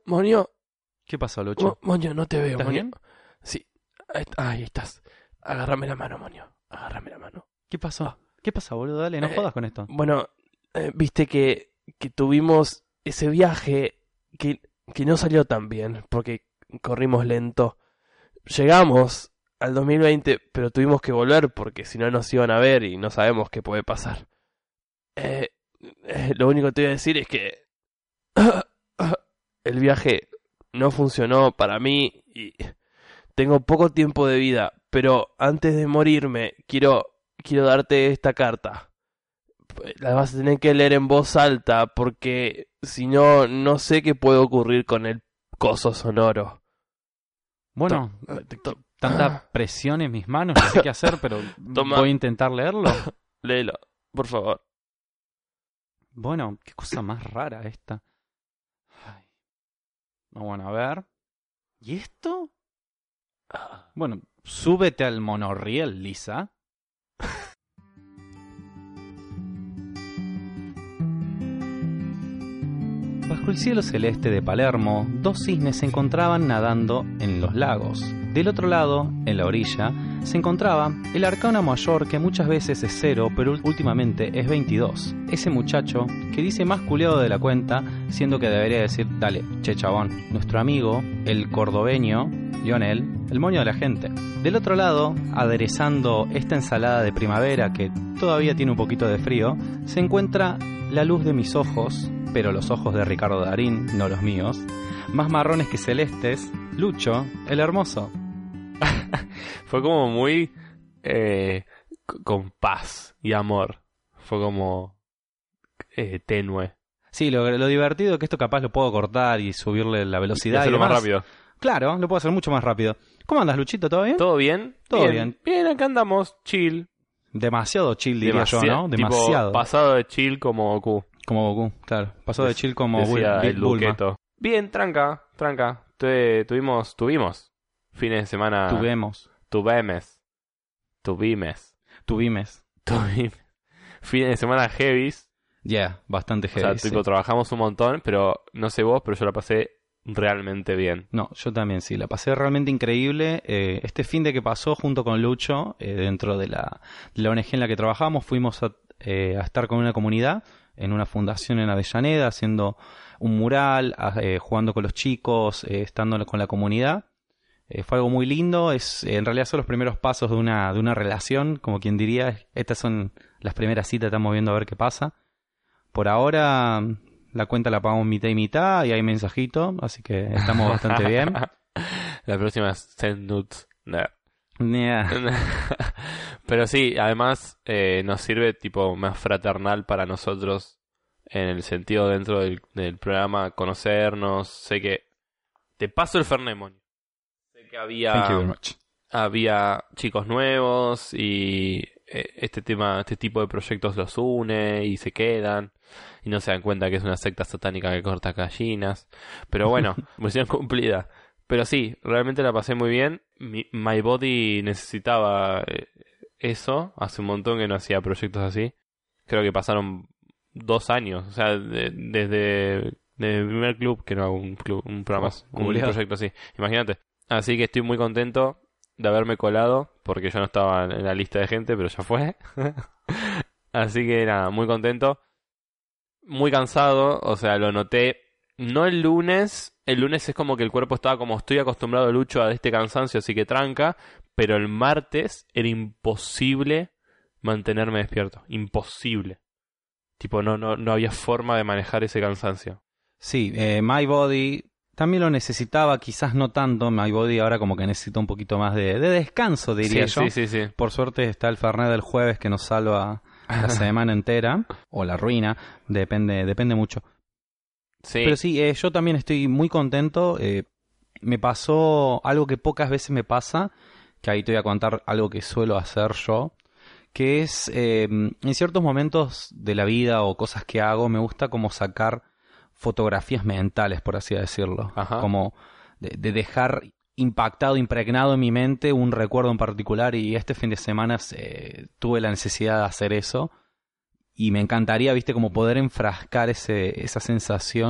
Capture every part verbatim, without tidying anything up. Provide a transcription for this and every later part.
Moño. ¿Qué pasó, Lucho? Mo- Moño, no te veo, ¿Estás Moño. bien? Sí. Ahí, ahí estás. Agárrame la mano, Moño. Agárrame la mano. ¿Qué pasó? Ah. ¿Qué pasa, boludo? Dale, no Eh, jodas con esto. Bueno, eh, viste que, que tuvimos ese viaje que, que no salió tan bien, porque corrimos lento. Llegamos al dos mil veinte, pero tuvimos que volver porque si no nos iban a ver y no sabemos qué puede pasar. Eh, eh, lo único que te voy a decir es que el viaje no funcionó para mí y tengo poco tiempo de vida, pero antes de morirme quiero, quiero darte esta carta. La vas a tener que leer en voz alta porque si no, no sé qué puede ocurrir con el coso sonoro. Bueno, To- t- to- tanta presión en mis manos, no sé qué hacer, pero Toma. voy a intentar leerlo. Léelo, por favor. Bueno, qué cosa más rara esta. Ay. No, bueno, a ver. ¿Y esto? Bueno, súbete al monorriel, Lisa. Bajo el cielo celeste de Palermo, dos cisnes se encontraban nadando en los lagos. Del otro lado, en la orilla, se encontraba el arcano mayor que muchas veces es cero, pero últimamente es veintidós. Ese muchacho que dice más culeado de la cuenta, siendo que debería decir, dale, che chabón. Nuestro amigo, el cordobeño, Lionel, el moño de la gente. Del otro lado, aderezando esta ensalada de primavera que todavía tiene un poquito de frío, se encuentra la luz de mis ojos, pero los ojos de Ricardo Darín, no los míos, más marrones que celestes, Lucho, el hermoso. Fue como muy eh, c- con paz y amor. Fue como eh, tenue. Sí, lo, lo divertido que esto capaz lo puedo cortar y subirle la Y velocidad y hacerlo más demás. rápido. Claro, lo puedo hacer mucho más rápido. ¿Cómo andas, Luchito? ¿Todo bien? ¿Todo bien? Todo bien. Bien, acá andamos, chill. Demasiado chill, diría yo, ¿no? tipo, Demasiado. pasado de chill como Goku. Como Goku, claro. Pasó de chill como Decía Will- el Bulma. Luqueto. Bien, tranca, tranca. Tue- tuvimos, tuvimos fines de semana. Tuvimos. Tuvemes. Tuvimes. Tuvimos. Tuvimos. Fines de semana heavies. Yeah, bastante O heavy. sea, tipo, sí. trabajamos un montón, pero no sé vos, pero yo la pasé realmente bien. No, yo también sí, la pasé realmente increíble. Eh, este fin de que pasó junto con Lucho, eh, dentro de la, de la O N G en la que trabajamos, fuimos a, eh, a estar con una comunidad en una fundación en Avellaneda, haciendo un mural, a- eh, jugando con los chicos, eh, estando con la comunidad. Eh, fue algo muy lindo, es en realidad son los primeros pasos de una, de una relación, como quien diría. Estas son las primeras citas, estamos viendo a ver qué pasa. Por ahora la cuenta la pagamos mitad y mitad y hay mensajito, así que estamos bastante bien. La próxima es Send Nudes. No. Yeah. Pero sí, además eh, nos sirve tipo más fraternal para nosotros en el sentido dentro del, del programa conocernos. Sé que te paso el Fernet, Moño. Sé que había Thank you very much. había chicos nuevos y eh, este tema, este tipo de proyectos los une y se quedan y no se dan cuenta que es una secta satánica que corta gallinas. Pero bueno, misión cumplida. Pero sí, realmente la pasé muy bien. Mi, My Body necesitaba eh, eso. Hace un montón que no hacía proyectos así. Creo que pasaron dos años. O sea, de- desde, desde el primer club que no hago un club, un programa, Oh, un culiao. proyecto así. Imagínate. Así que estoy muy contento de haberme colado, porque yo no estaba en la lista de gente, pero ya fue. Así que nada, muy contento. Muy cansado, o sea, lo noté. No el lunes, el lunes es como que el cuerpo estaba como estoy acostumbrado, Lucho, a este cansancio, así que tranca. Pero el martes era imposible mantenerme despierto. Imposible. Tipo, no, no, no había forma de manejar ese cansancio. Sí, eh, My Body también lo necesitaba, quizás no tanto. My Body ahora como que necesita un poquito más de, de descanso, diría sí, yo. sí, sí, sí. Por suerte está el Fernet del jueves que nos salva la semana entera, o la ruina, depende, depende mucho. Sí. Pero sí, eh, yo también estoy muy contento. Eh, me pasó algo que pocas veces me pasa, que ahí te voy a contar algo que suelo hacer yo, que es eh, en ciertos momentos de la vida o cosas que hago, me gusta como sacar fotografías mentales, por así decirlo. Ajá. Como de, de dejar impactado, impregnado en mi mente un recuerdo en particular, y este fin de semana eh, tuve la necesidad de hacer eso. Y me encantaría, viste, como poder enfrascar ese, esa sensación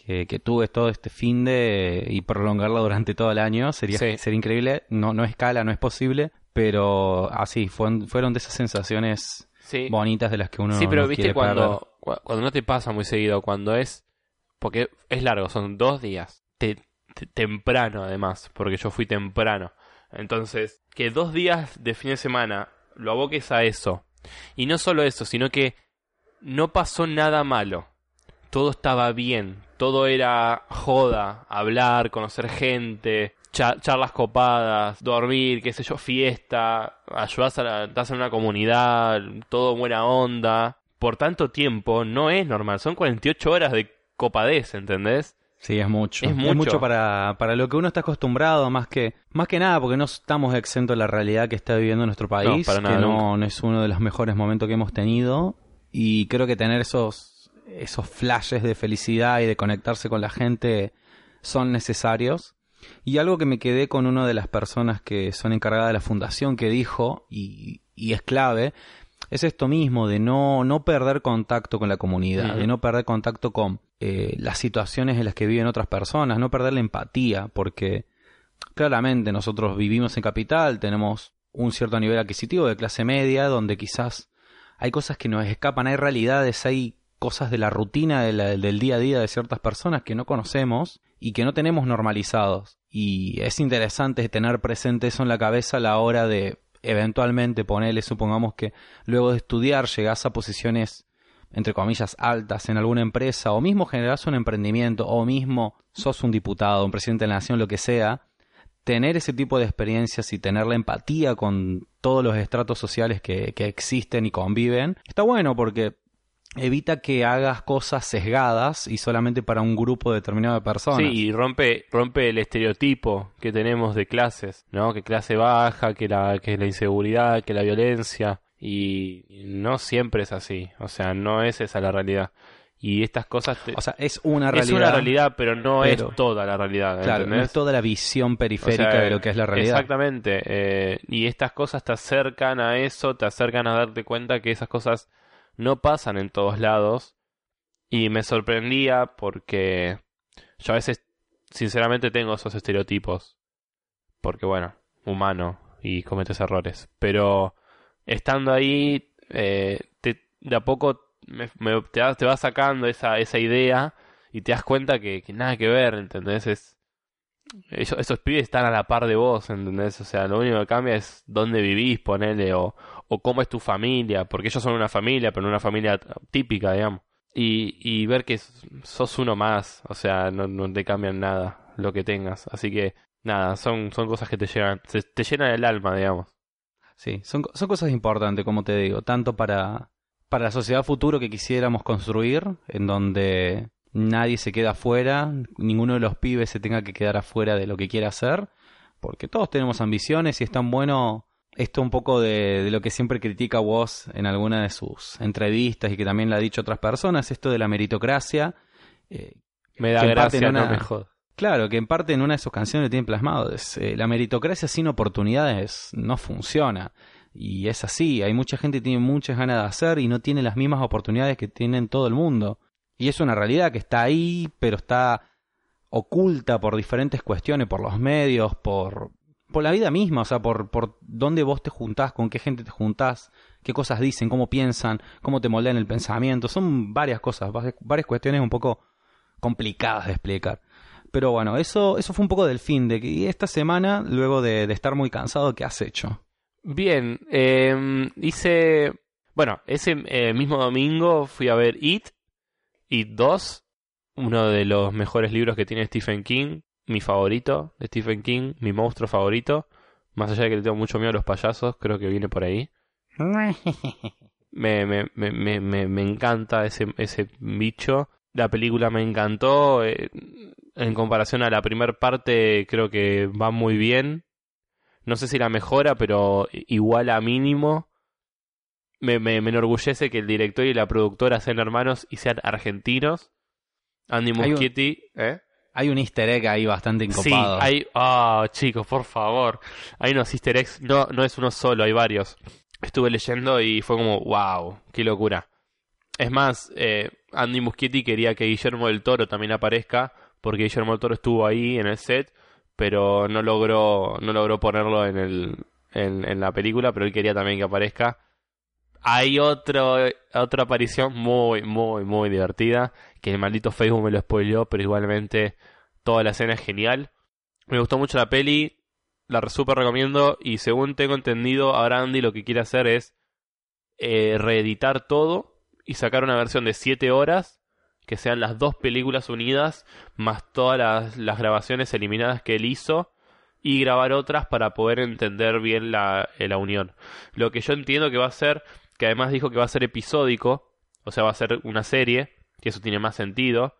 que, que tuve todo este finde y prolongarla durante todo el año. Sería, Sí. sería increíble. No, no escala, no es posible. Pero así, fueron, fueron de esas sensaciones Sí. bonitas de las que uno Sí, pero no viste quiere perder. cuando, cua- cuando no te pasa muy seguido, cuando es, porque es largo, son dos días, te, te- temprano además, porque yo fui temprano. Entonces, que dos días de fin de semana lo aboques a eso. Y no solo eso, sino que no pasó nada malo. Todo estaba bien, todo era joda, hablar, conocer gente, cha- charlas copadas, dormir, qué sé yo, fiesta, ayudas a la, estás en una comunidad, todo buena onda. Por tanto tiempo no es normal, son cuarenta y ocho horas de copadez, ¿entendés? Sí, es mucho. Es mucho. para, para lo que uno está acostumbrado, más que, más que nada, porque no estamos exentos de la realidad que está viviendo nuestro país, para nada, que no, no es uno de los mejores momentos que hemos tenido. Y creo que tener esos, esos flashes de felicidad y de conectarse con la gente son necesarios. Y algo que me quedé con una de las personas que son encargadas de la fundación que dijo, y, y es clave, es esto mismo de no, no perder contacto con la comunidad, Ujú. de no perder contacto con eh, las situaciones en las que viven otras personas, no perder la empatía, porque claramente nosotros vivimos en capital, tenemos un cierto nivel adquisitivo de clase media, donde quizás hay cosas que nos escapan, hay realidades, hay cosas de la rutina de la- del día a día de ciertas personas que no conocemos y que no tenemos normalizados. Y es interesante tener presente eso en la cabeza a la hora de eventualmente ponerle, supongamos que luego de estudiar llegás a posiciones entre comillas altas en alguna empresa, o mismo generás un emprendimiento, o mismo sos un diputado, un presidente de la nación, lo que sea. Tener ese tipo de experiencias y tener la empatía con todos los estratos sociales que, que existen y conviven, está bueno porque evita que hagas cosas sesgadas y solamente para un grupo determinado de personas. Sí, y rompe, rompe el estereotipo que tenemos de clases, ¿no? Que clase baja, que la, que la inseguridad, que la violencia, y no siempre es así, o sea, no es esa la realidad. Y estas cosas te- O sea, es una es realidad. una realidad, pero no pero- es toda la realidad, Claro, no ¿entendés? es toda la visión O periférica sea, de lo que es la realidad. Exactamente, eh, y estas cosas te acercan a eso, te acercan a darte cuenta que esas cosas no pasan en todos lados. Y me sorprendía porque yo a veces, sinceramente, tengo esos estereotipos. Porque, bueno, humano y cometes errores. Pero estando ahí, eh, te, de a poco me, me- te, va- te va sacando esa, esa idea y te das cuenta que, que nada que ver, ¿entendés? Es, ellos- esos pibes están a la par de vos, ¿entendés? O sea, lo único que cambia es dónde vivís, ponele, o, o cómo es tu familia. Porque ellos son una familia, pero no una familia típica, digamos. Y, y ver que sos uno más, o sea, no, no te cambian nada lo que tengas. Así que, nada, son, son cosas que te llegan, te, te llenan el alma, digamos. Sí, son, co- son cosas importantes, como te digo, tanto para, para la sociedad futuro que quisiéramos construir, en donde nadie se queda afuera, ninguno de los pibes se tenga que quedar afuera de lo que quiera hacer, porque todos tenemos ambiciones y es tan bueno esto un poco de, de lo que siempre critica Woz en alguna de sus entrevistas y que también lo ha dicho otras personas, esto de la meritocracia. eh, Me da que en parte gracia, en una- no me jodas. Claro, que en parte en una de sus canciones tiene plasmado, es, eh, la meritocracia sin oportunidades no funciona. Y es así, hay mucha gente que tiene muchas ganas de hacer y no tiene las mismas oportunidades que tienen todo el mundo. Y es una realidad que está ahí, pero está oculta por diferentes cuestiones, por los medios, por, por la vida misma, o sea, por, por dónde vos te juntás, con qué gente te juntás, qué cosas dicen, cómo piensan, cómo te moldean el pensamiento. Son varias cosas, varias varias cuestiones un poco complicadas de explicar. Pero bueno, eso, eso fue un poco del fin de que y esta semana, luego de, de estar muy cansado, ¿qué has hecho? Bien, eh, hice... Bueno, ese eh, mismo domingo fui a ver It, It dos, uno de los mejores libros que tiene Stephen King, mi favorito de Stephen King, mi monstruo favorito. Más allá de que le tengo mucho miedo a los payasos, creo que viene por ahí. Me, me, me, me, me, me encanta ese, ese bicho. La película me encantó. eh, en comparación a la primera parte, creo que va muy bien. No sé si la mejora, pero igual a mínimo. Me, me, me enorgullece que el director y la productora sean hermanos y sean argentinos. Andy Hay un- Muschietti, ¿eh? Hay un easter egg ahí bastante Sí, encopado. hay... Ah, chicos, por favor. Hay unos easter eggs. No, no es uno solo, hay varios. Estuve leyendo y fue como, wow, qué locura. Es más, eh, Andy Muschietti quería que Guillermo del Toro también aparezca, porque Guillermo del Toro estuvo ahí en el set, pero no logró no logró ponerlo en el en, en la película, pero él quería también que aparezca. Hay otro otra aparición muy, muy, muy divertida, que el maldito Facebook me lo spoileó, pero igualmente toda la escena es genial. Me gustó mucho la peli, la súper recomiendo, y según tengo entendido, ahora Andy lo que quiere hacer es eh, reeditar todo y sacar una versión de siete horas, que sean las dos películas unidas, más todas las, las grabaciones eliminadas que él hizo, y grabar otras para poder entender bien la, eh, la unión. Lo que yo entiendo que va a ser, que además dijo que va a ser episódico, o sea, va a ser una serie, que eso tiene más sentido,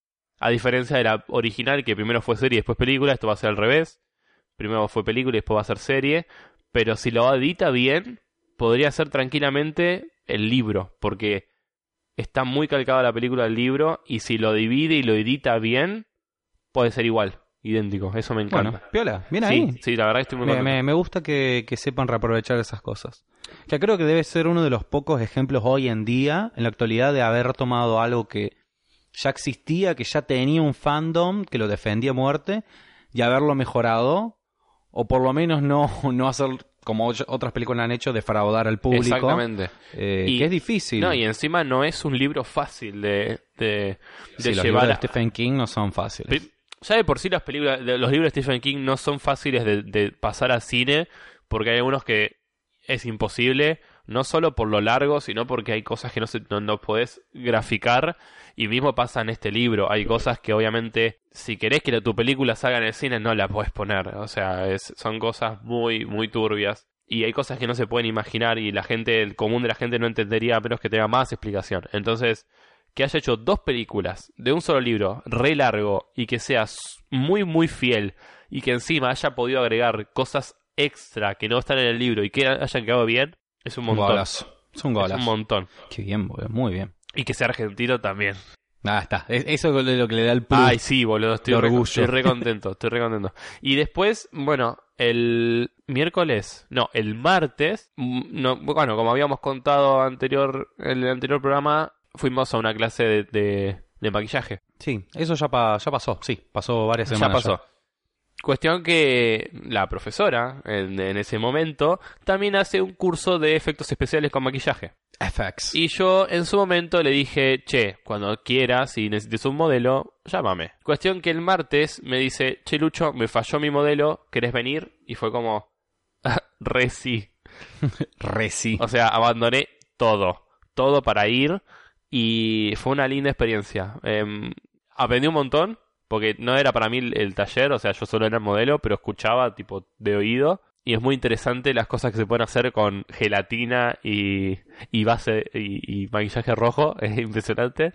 a diferencia de la original, que primero fue serie y después película. Esto va a ser al revés, primero fue película y después va a ser serie, pero si lo edita bien, podría ser tranquilamente el libro, porque está muy calcada la película del libro, y si lo divide y lo edita bien, puede ser igual, idéntico. Eso me encanta. Bueno, piola, bien sí, ahí. Sí, la verdad que estoy muy me, contento. me, me gusta que, que sepan reaprovechar esas cosas. Que creo que debe ser uno de los pocos ejemplos hoy en día, en la actualidad, de haber tomado algo que ya existía, que ya tenía un fandom, que lo defendía a muerte, y haberlo mejorado, o por lo menos no, no hacer, como otras películas han hecho, defraudar al público. Exactamente. Eh, Y- que es difícil. No, y encima no es un libro fácil de, de, de Sí, los llevar libros de a... Stephen King no son fáciles. Pri- Ya de por sí las películas, de- los libros de Stephen King no son fáciles de, de pasar al cine, porque hay algunos que es imposible, no solo por lo largo, sino porque hay cosas que no, se, no, no podés graficar, y mismo pasa en este libro. Hay cosas que obviamente, si querés que la- tu película salga en el cine, no la podés poner. O sea, es, son cosas muy, muy turbias. Y hay cosas que no se pueden imaginar, y la gente, el común de la gente no entendería a menos que tenga más explicación. Entonces, que haya hecho dos películas de un solo libro, re largo, y que sea s- muy, muy fiel, y que encima haya podido agregar cosas extra que no están en el libro y que hayan quedado bien, es un Un montón. golazo. Es un Es golazo. un montón. Qué bien, boludo. Muy bien. Y que sea argentino también. Ah, está. Es- Eso es lo que le da el plus. Ay, sí, boludo, estoy de re, orgullo. estoy re contento, estoy re contento. Y después, bueno, el miércoles, no, el martes, mm, no, bueno, como habíamos contado anterior, en el anterior programa, fuimos a una clase de, de, de maquillaje. Sí, eso ya, pa- ya pasó. Sí, pasó varias Ya semanas. pasó. Cuestión que la profesora, en, en ese momento, también hace un curso de efectos especiales con maquillaje. F X. Y yo en su momento le dije, che, cuando quieras y necesites un modelo, llámame. Cuestión que el martes me dice, che Lucho, me falló mi modelo, ¿querés venir? Y fue como, re sí. Re sí. O sea, abandoné todo, todo para ir, y fue una linda experiencia. Em, aprendí un montón, porque no era para mí el, el taller, o sea, yo solo era el modelo, pero escuchaba tipo de oído. Y es muy interesante las cosas que se pueden hacer con gelatina y, y base y, y maquillaje rojo. Es impresionante.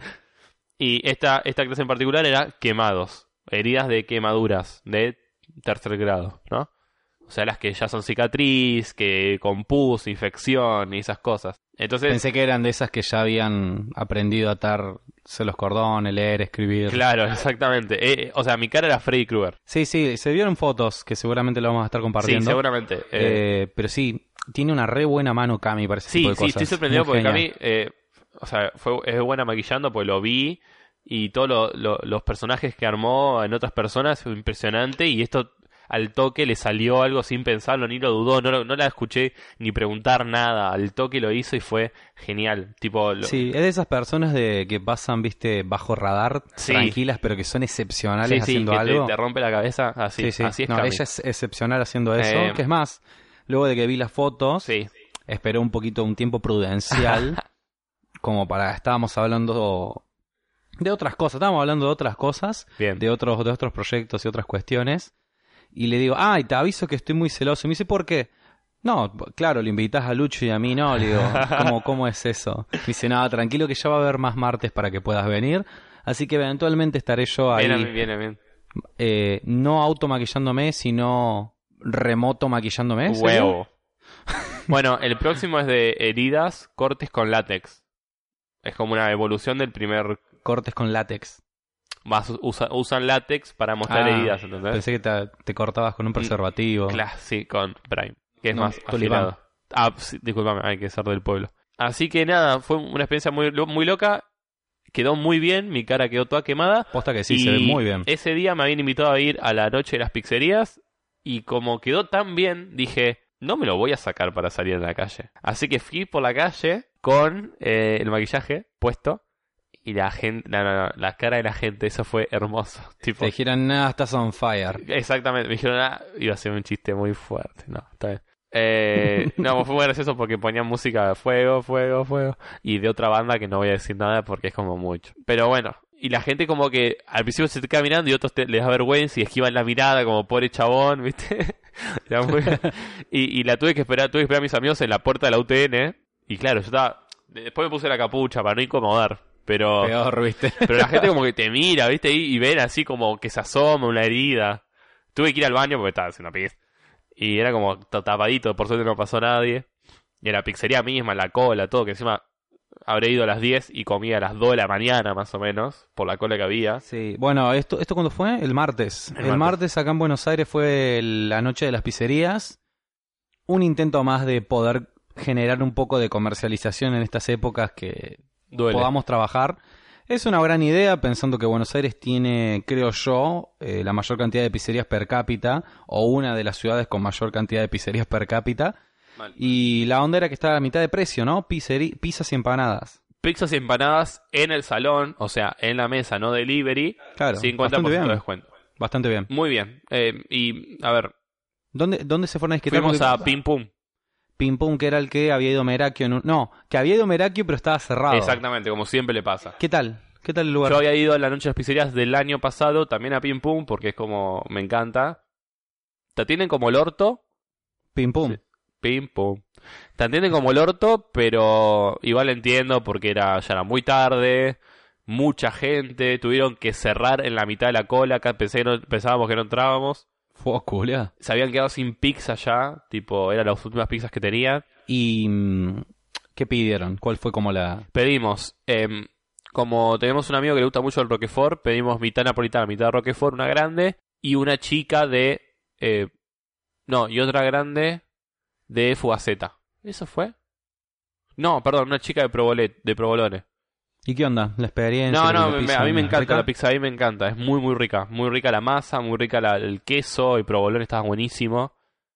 Y esta, esta clase en particular era quemados. Heridas de quemaduras de tercer grado, ¿no? O sea, las que ya son cicatriz, que con pus, infección y esas cosas. Entonces, Pensé que eran de esas que ya habían aprendido a atarse los cordones, leer, escribir. claro, exactamente. Eh, o sea, mi cara era Freddy Krueger. Sí, sí, se vieron fotos que seguramente lo vamos a estar Sí, compartiendo. seguramente. Eh, Eh, pero sí, tiene una re buena mano Cami para ese sí, tipo de sí, cosas. estoy sorprendido Muy porque genial. Cami, eh, o sea, fue, es buena maquillando, pues lo vi, y todos lo- lo- los personajes que armó en otras personas fue impresionante, y esto al toque le salió algo sin pensarlo, ni lo dudó, no, lo- no la escuché ni preguntar nada, al toque lo hizo y fue genial. Tipo, lo- Sí, es de esas personas de que pasan, viste, bajo radar, Sí. tranquilas, pero que son excepcionales sí, sí, haciendo que te, algo. te rompe la cabeza, así, Sí, sí. así es No, Cami. ella es excepcional haciendo eso. Eh, Que es más, luego de que vi las fotos, Sí, esperé un poquito, un tiempo prudencial, como para, estábamos hablando de otras cosas, estábamos hablando de otras cosas, bien. de otros, de otros proyectos y otras cuestiones, y le digo, ay, te aviso que estoy muy celoso. Y me dice, ¿por qué? No, claro, le invitas a Lucho y a mí no. Le digo, ¿cómo, cómo es eso? Me dice, nada, tranquilo que ya va a haber más martes para que puedas venir, así que eventualmente estaré yo ahí, Viene, viene, bien. eh, no automaquillándome, sino remoto maquillándome. ¿sería? Huevo. Bueno, el próximo es de heridas, cortes con látex. Es como una evolución del primer. Cortes con látex. Más usa- usan látex para mostrar Ah, heridas, ¿entendés? Pensé que te, te cortabas con un preservativo. Claro, sí, con Prime, que es No, más Tulipán. afilado. Ah, sí, discúlpame, hay que ser del pueblo. Así que nada, fue una experiencia muy, lo- muy loca. quedó muy bien, mi cara quedó toda quemada. Posta que sí, y se ve muy bien. Ese día me habían invitado a ir a la noche de las pizzerías y como quedó tan bien, dije, no me lo voy a sacar para salir a la calle. Así que fui por la calle con eh, el maquillaje puesto y la gente, no, no, no, la cara de la gente, eso fue hermoso. Tipo, Te dijeron, nada, estás on fire. exactamente, me dijeron, ah, iba a ser un chiste muy fuerte. No, está bien. Eh, no, fue muy gracioso porque ponían música de fuego, fuego, fuego. Y de otra banda que no voy a decir nada porque es como mucho. Pero bueno, y la gente como que al principio se te queda mirando y otros te, les da vergüenza y esquivan la mirada como pobre chabón, ¿viste? Era muy... y, y la tuve que esperar, tuve que esperar a mis amigos en la puerta de la U T N. Y claro, yo estaba... Después me puse la capucha para no incomodar. Pero, Peor, ¿viste? pero la gente como que te mira, ¿viste? Y, y ven así como que se asoma una herida. Tuve que ir al baño porque estaba haciendo pis. Y era como tapadito, por suerte no pasó nadie. Y en la pizzería misma, la cola, todo, que encima habré ido a las diez y comí a las dos de la mañana más o menos, por la cola que había. Sí, bueno, ¿esto esto cuándo fue? El martes. El El, martes. martes acá en Buenos Aires fue la noche de las pizzerías. Un intento más de poder generar un poco de comercialización en estas épocas que Duele. podamos trabajar. Es una gran idea, pensando que Buenos Aires tiene, creo yo, eh, la mayor cantidad de pizzerías per cápita, o una de las ciudades con mayor cantidad de pizzerías per cápita. Mal. Y la onda era que estaba a mitad de precio, ¿no? Pizzeri- pizzas y empanadas. Pizzas y empanadas en el salón, o sea, en la mesa, no delivery. Claro, cincuenta por bastante ciento de bien. descuento. Bastante bien. Muy bien. Eh, y, a ver, ¿Dónde, dónde se fueron a disquetar? fuimos Porque- a Pim Pum. Pim Pum, que era el que había ido Merakio en un... No, que había ido Merakio pero estaba cerrado. Exactamente, como siempre le pasa. ¿Qué tal? ¿Qué tal el lugar? Yo había ido a la noche de las pizzerías del año pasado, también a Pim Pum, porque es como, me encanta. Te atienden como el orto. Pim Pum. Sí. Pim Pum. Te atienden como el orto, pero igual entiendo porque era ya era muy tarde, mucha gente, tuvieron que cerrar en la mitad de la cola, acá pensé que no, pensábamos que no entrábamos. Fue Julia. Se habían quedado sin pizza ya, tipo, eran las últimas pizzas que tenían. ¿Y mm, qué pidieron? ¿Cuál fue como la...? Pedimos, em, como tenemos un amigo que le gusta mucho el Roquefort, pedimos mitad napolitana, mitad Roquefort, una grande, y una chica de... Eh, no, y otra grande de Fugaceta. ¿Eso fue? No, perdón, una chica de provolet, de provolone. ¿Y qué onda? ¿La experiencia? No, de no, la me- pizza a mí me es encanta rica? la pizza, a mí me encanta, es muy muy rica, muy rica la masa, muy rica la- el queso, el provolone estaba buenísimo.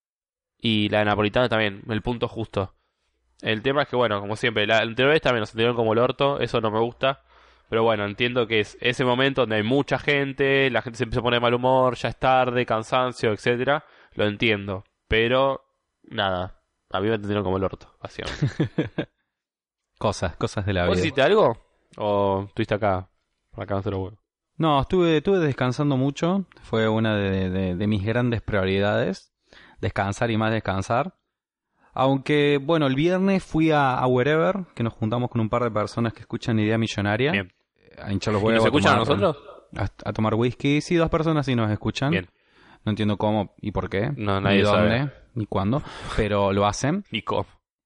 Y la napolitana también, el punto justo. El tema es que, bueno, como siempre, la anterior vez también nos atendieron como el orto, eso no me gusta. Pero bueno, entiendo que es ese momento donde hay mucha gente, la gente se empieza a poner de mal humor, ya es tarde, cansancio, etcétera. Lo entiendo, pero nada, a mí me atendieron como el orto, básicamente. Cosas, cosas de la ¿Vos vida. hiciste algo? ¿O estuviste acá para cansar los huevos? No, estuve, estuve descansando mucho. Fue una de, de- de mis grandes prioridades. Descansar y más descansar. Aunque, bueno, el viernes fui a, a Wherever, que nos juntamos con un par de personas que escuchan Idea Millonaria. Bien. A hinchar los ¿Y huevos. nos escuchan a tomar- nosotros? A, a tomar whisky. Sí, dos personas sí nos escuchan. Bien. No entiendo cómo y por qué. No, nadie ni dónde, sabe. ni cuándo. Pero lo hacen. Nico.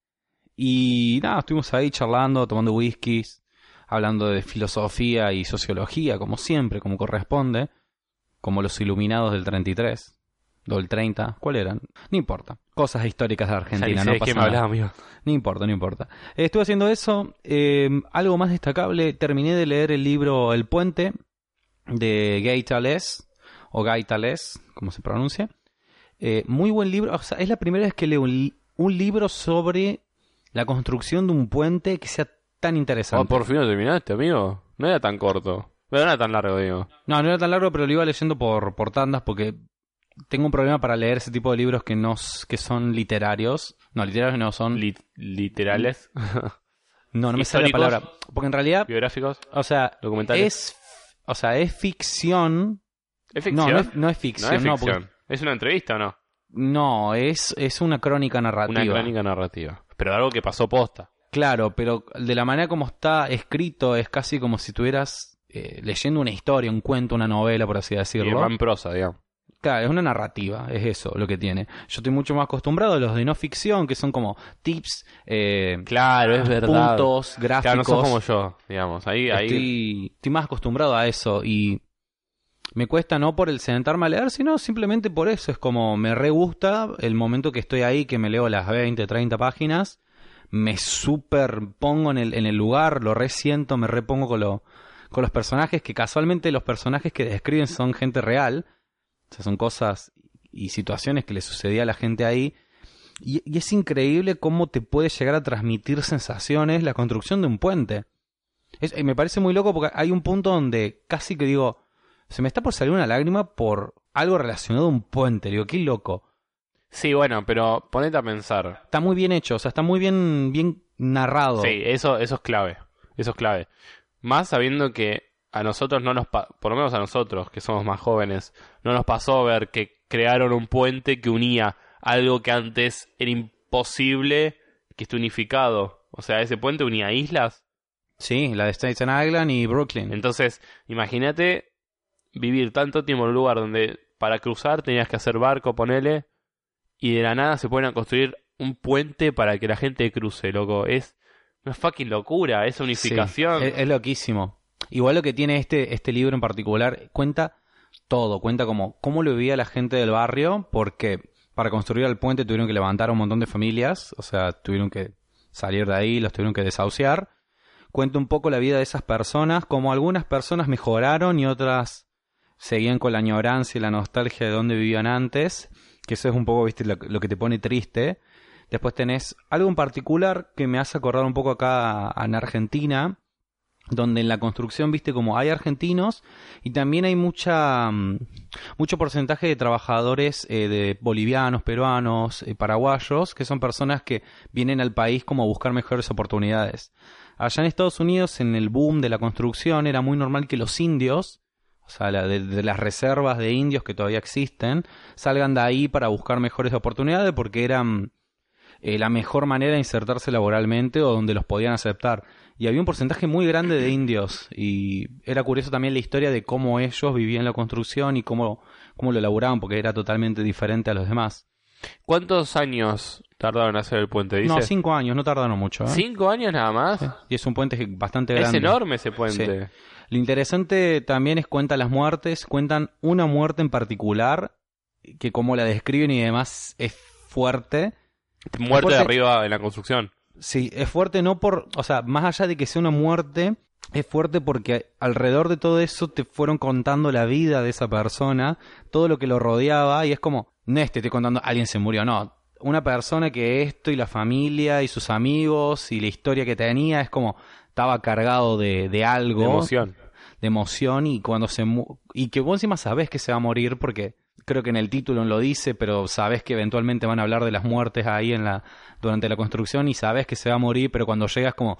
Y nada, estuvimos ahí charlando, tomando whiskies, hablando de filosofía y sociología, como siempre, como corresponde, como los iluminados del treinta y tres, o del treinta, ¿cuál eran? No importa. Cosas históricas de Ya ni Argentina, sé no de pasa qué me nada. hablas, amigo. No importa, no importa. Eh, estuve haciendo eso. eh, algo más destacable, terminé de leer el libro El Puente, de Gay Tales, o Guy Tales, como se pronuncia. Eh, muy buen libro. O sea, es la primera vez que leo un, li- un libro sobre la construcción de un puente que sea tan interesante. Oh, por fin lo terminaste, amigo. No era tan corto. Pero no era tan largo, digo. No, no era tan largo, pero lo iba leyendo por, por tandas porque tengo un problema para leer ese tipo de libros que no s- que son literarios. No, literarios no son. Lit- literales. no, no me sale la históricos. palabra. Porque en realidad, Biográficos. o sea, Documentales. es, o sea, es ficción. ¿Es No, ficción? no es, no es No ficción, es no, ficción. porque- ¿Es una entrevista o no? no, es, es una crónica narrativa. Una crónica narrativa. Pero algo que pasó posta. Claro, pero de la manera como está escrito es casi como si estuvieras eh, leyendo una historia, un cuento, una novela, por así Y decirlo. va en prosa, digamos. Claro, es una narrativa, es eso lo que tiene. Yo estoy mucho más acostumbrado a los de no ficción, que son como tips, eh, Claro, es verdad. puntos, gráficos. Claro, no sos como yo, digamos. Ahí, ahí... Estoy, estoy más acostumbrado a eso y me cuesta no por el sentarme a leer, sino simplemente por eso. Es como me re gusta el momento que estoy ahí, que me leo las veinte, treinta páginas, me super pongo en el, en el lugar, lo resiento, me repongo con lo, con los personajes, que casualmente los personajes que describen son gente real. O sea, son cosas y situaciones que le sucedía a la gente ahí. Y, y es increíble cómo te puede llegar a transmitir sensaciones la construcción de un puente. Es, me parece muy loco porque hay un punto donde casi que digo, se me está por salir una lágrima por algo relacionado a un puente. Digo, qué loco. Sí, bueno, pero ponete a pensar. Está muy bien hecho, o sea, está muy bien, bien narrado. Sí, eso, eso es clave. Eso es clave. Más sabiendo que a nosotros no nos, pa- por lo menos a nosotros, que somos más jóvenes, no nos pasó ver que crearon un puente que unía algo que antes era imposible que esté unificado. O sea, ese puente unía islas. Sí, la de Staten Island y Brooklyn. Entonces, imagínate vivir tanto tiempo en un lugar donde para cruzar tenías que hacer barco, ponele, y de la nada se ponen a construir un puente para que la gente cruce, loco. Es una fucking locura, esa unificación. Sí, es, es loquísimo. Igual lo que tiene este, este libro en particular, cuenta todo, cuenta como cómo lo vivía la gente del barrio, porque para construir el puente tuvieron que levantar a un montón de familias, o sea, tuvieron que salir de ahí, los tuvieron que desahuciar. Cuenta un poco la vida de esas personas, como algunas personas mejoraron y otras seguían con la añoranza y la nostalgia de donde vivían antes, que eso es un poco, viste, lo, lo que te pone triste. Después tenés algo en particular que me hace acordar un poco acá en Argentina, donde en la construcción, viste, como hay argentinos y también hay mucha mucho porcentaje de trabajadores eh, de bolivianos, peruanos, eh, paraguayos, que son personas que vienen al país como a buscar mejores oportunidades. Allá en Estados Unidos, en el boom de la construcción, era muy normal que los indios, o sea, la, de, de las reservas de indios que todavía existen, salgan de ahí para buscar mejores oportunidades porque eran eh, la mejor manera de insertarse laboralmente o donde los podían aceptar. Y había un porcentaje muy grande de indios y era curioso también la historia de cómo ellos vivían la construcción y cómo, cómo lo elaboraban porque era totalmente diferente a los demás. ¿Cuántos años tardaron en hacer el puente, dice? No, cinco años, no tardaron mucho. ¿eh? ¿Cinco años nada más? Sí. Y es un puente bastante grande. Es enorme ese puente. Sí. Lo interesante también es cuentan las muertes, cuentan una muerte en particular, que como la describen y demás es fuerte. Muerte fuerte, de arriba en la construcción. Sí, es fuerte no por, o sea, más allá de que sea una muerte, es fuerte porque alrededor de todo eso te fueron contando la vida de esa persona, todo lo que lo rodeaba y es como, no es te estoy contando alguien se murió, no. Una persona que esto y la familia y sus amigos y la historia que tenía es como estaba cargado de, de algo. De emoción. De emoción y cuando se mu- y que vos encima sabés que se va a morir porque creo que en el título lo dice, pero sabés que eventualmente van a hablar de las muertes ahí en la durante la construcción y sabés que se va a morir, pero cuando llegas como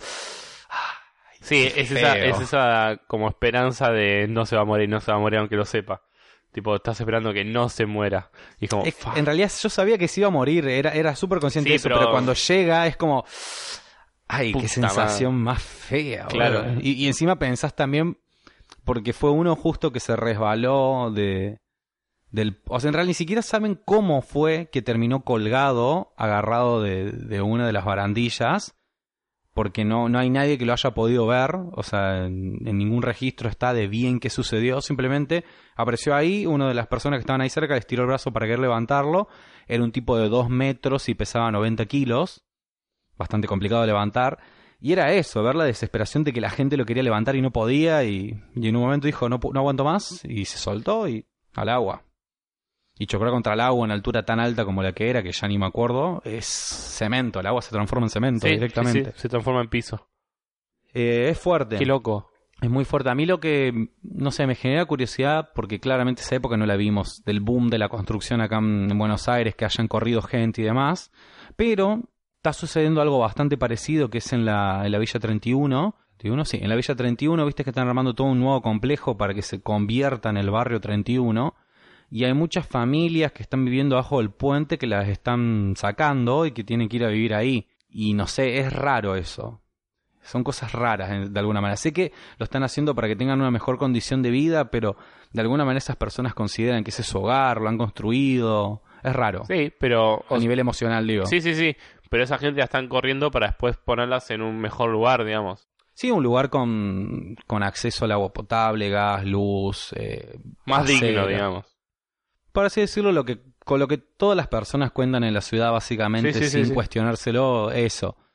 sí, es esa, es esa como esperanza de no se va a morir, no se va a morir aunque lo sepa. Tipo, estás esperando que no se muera. Y es como, es, en realidad yo sabía que se iba a morir, era, era súper consciente sí, de eso, pero... pero cuando llega es como, ay, qué sensación madre. Más fea. Claro. Y, y encima pensás también, porque fue uno justo que se resbaló de... Del, o sea, en realidad ni siquiera saben cómo fue que terminó colgado, agarrado de, de una de las barandillas, porque no, no hay nadie que lo haya podido ver, o sea, en, en ningún registro está de bien qué sucedió, simplemente apareció ahí, una de las personas que estaban ahí cerca le estiró el brazo para querer levantarlo, era un tipo de dos metros y pesaba noventa kilos, bastante complicado de levantar, y era eso, ver la desesperación de que la gente lo quería levantar y no podía, y, y en un momento dijo, no, no aguanto más, y se soltó y al agua. Y chocó contra el agua en altura tan alta como la que era, que ya ni me acuerdo, es cemento, el agua se transforma en cemento sí, directamente. Sí, sí, se transforma en piso. Eh, es fuerte. Qué loco. Es muy fuerte. A mí lo que, no sé, me genera curiosidad, porque claramente esa época no la vimos, del boom de la construcción acá en Buenos Aires, que hayan corrido gente y demás, pero está sucediendo algo bastante parecido, que es en la, en la Villa treinta y uno. Sí, en la Villa treinta y uno, viste que están armando todo un nuevo complejo para que se convierta en el barrio treinta y uno. Y hay muchas familias que están viviendo bajo el puente que las están sacando y que tienen que ir a vivir ahí. Y no sé, es raro eso. Son cosas raras de alguna manera. Sé que lo están haciendo para que tengan una mejor condición de vida, pero de alguna manera esas personas consideran que ese es su hogar, lo han construido. Es raro. Sí, pero... A nivel emocional, digo. Sí, sí, sí. Pero esa gente la están corriendo para después ponerlas en un mejor lugar, digamos. Sí, un lugar con, con acceso al agua potable, gas, luz... Eh, más acera. Digno, digamos. Por así decirlo, lo que con lo que todas las personas cuentan en la ciudad, básicamente, sí, sí, sin sí, sí. cuestionárselo, eso.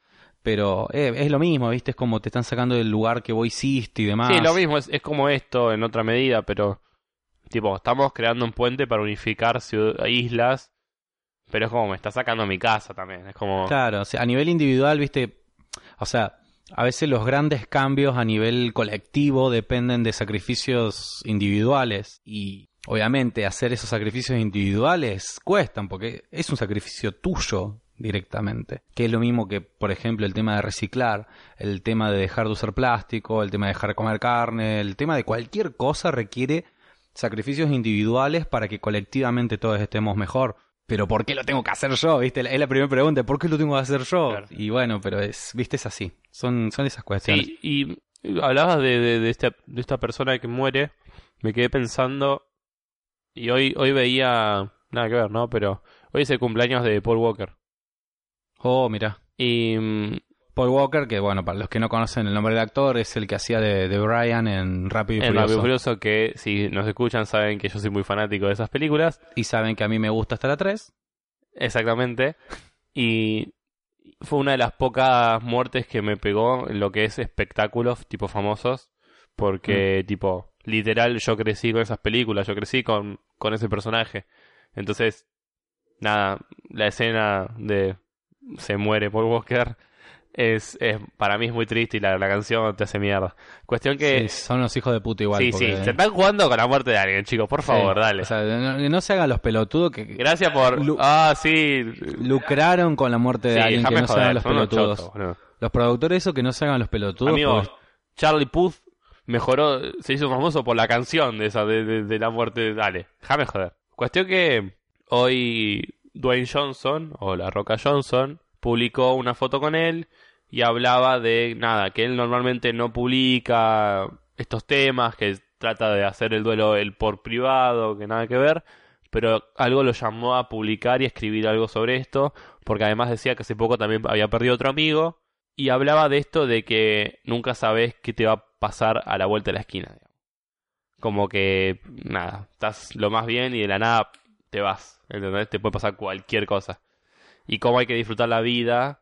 pero eh, es lo mismo, ¿viste? Es como te están sacando del lugar que vos hiciste y demás. Sí, lo mismo, es, es como esto en otra medida, pero tipo, estamos creando un puente para unificar ciud- islas, pero es como me está sacando mi casa también, es como... Claro, o sea, a nivel individual, ¿viste? O sea, a veces los grandes cambios a nivel colectivo dependen de sacrificios individuales y obviamente hacer esos sacrificios individuales cuestan porque es un sacrificio tuyo directamente, que es lo mismo que, por ejemplo, el tema de reciclar, el tema de dejar de usar plástico, el tema de dejar de comer carne, el tema de cualquier cosa requiere sacrificios individuales para que colectivamente todos estemos mejor. Pero ¿por qué lo tengo que hacer yo? ¿Viste? Es la primera pregunta, ¿por qué lo tengo que hacer yo? Claro. Y bueno, pero es, viste, es así. Son, son esas cuestiones. Sí, y hablabas de, de, de, esta, de esta persona que muere, me quedé pensando, y hoy, hoy veía, nada que ver, ¿no? Pero hoy es el cumpleaños de Paul Walker. Oh, mira. Y mm, Paul Walker, que bueno, para los que no conocen el nombre del actor, es el que hacía de, de Brian en Rápido y en Furioso. Rápido y Furioso, que si nos escuchan saben que yo soy muy fanático de esas películas. Y saben que a mí me gusta hasta la tres. Exactamente. Y fue una de las pocas muertes que me pegó en lo que es espectáculos tipo famosos. Porque, mm. tipo, literal, yo crecí con esas películas, yo crecí con, con ese personaje. Entonces, nada, la escena de se muere Paul Walker es, es para mí es muy triste y la, la canción te hace mierda. Cuestión que... Sí, son los hijos de puta igual. Sí, porque... sí, se están jugando con la muerte de alguien, chicos, por favor, sí, dale. O sea, no, no se hagan los pelotudos que... Gracias por... Lu... Ah, sí. Lucraron con la muerte de sí, alguien, que no joder, se hagan los pelotudos. Chotos, no. Los productores eso, que no se hagan los pelotudos. Amigo, porque... Charlie Puth mejoró, se hizo famoso por la canción de esa, de, de, de la muerte. Dale, déjame joder. Cuestión que hoy Dwayne Johnson, o La Roca Johnson, publicó una foto con él y hablaba de, nada, que él normalmente no publica estos temas, que trata de hacer el duelo él por privado, que nada que ver, pero algo lo llamó a publicar y escribir algo sobre esto, porque además decía que hace poco también había perdido otro amigo, y hablaba de esto de que nunca sabes qué te va a pasar a la vuelta de la esquina, digamos. Como que, nada, estás lo más bien y de la nada te vas, ¿entendés? Te puede pasar cualquier cosa. Y cómo hay que disfrutar la vida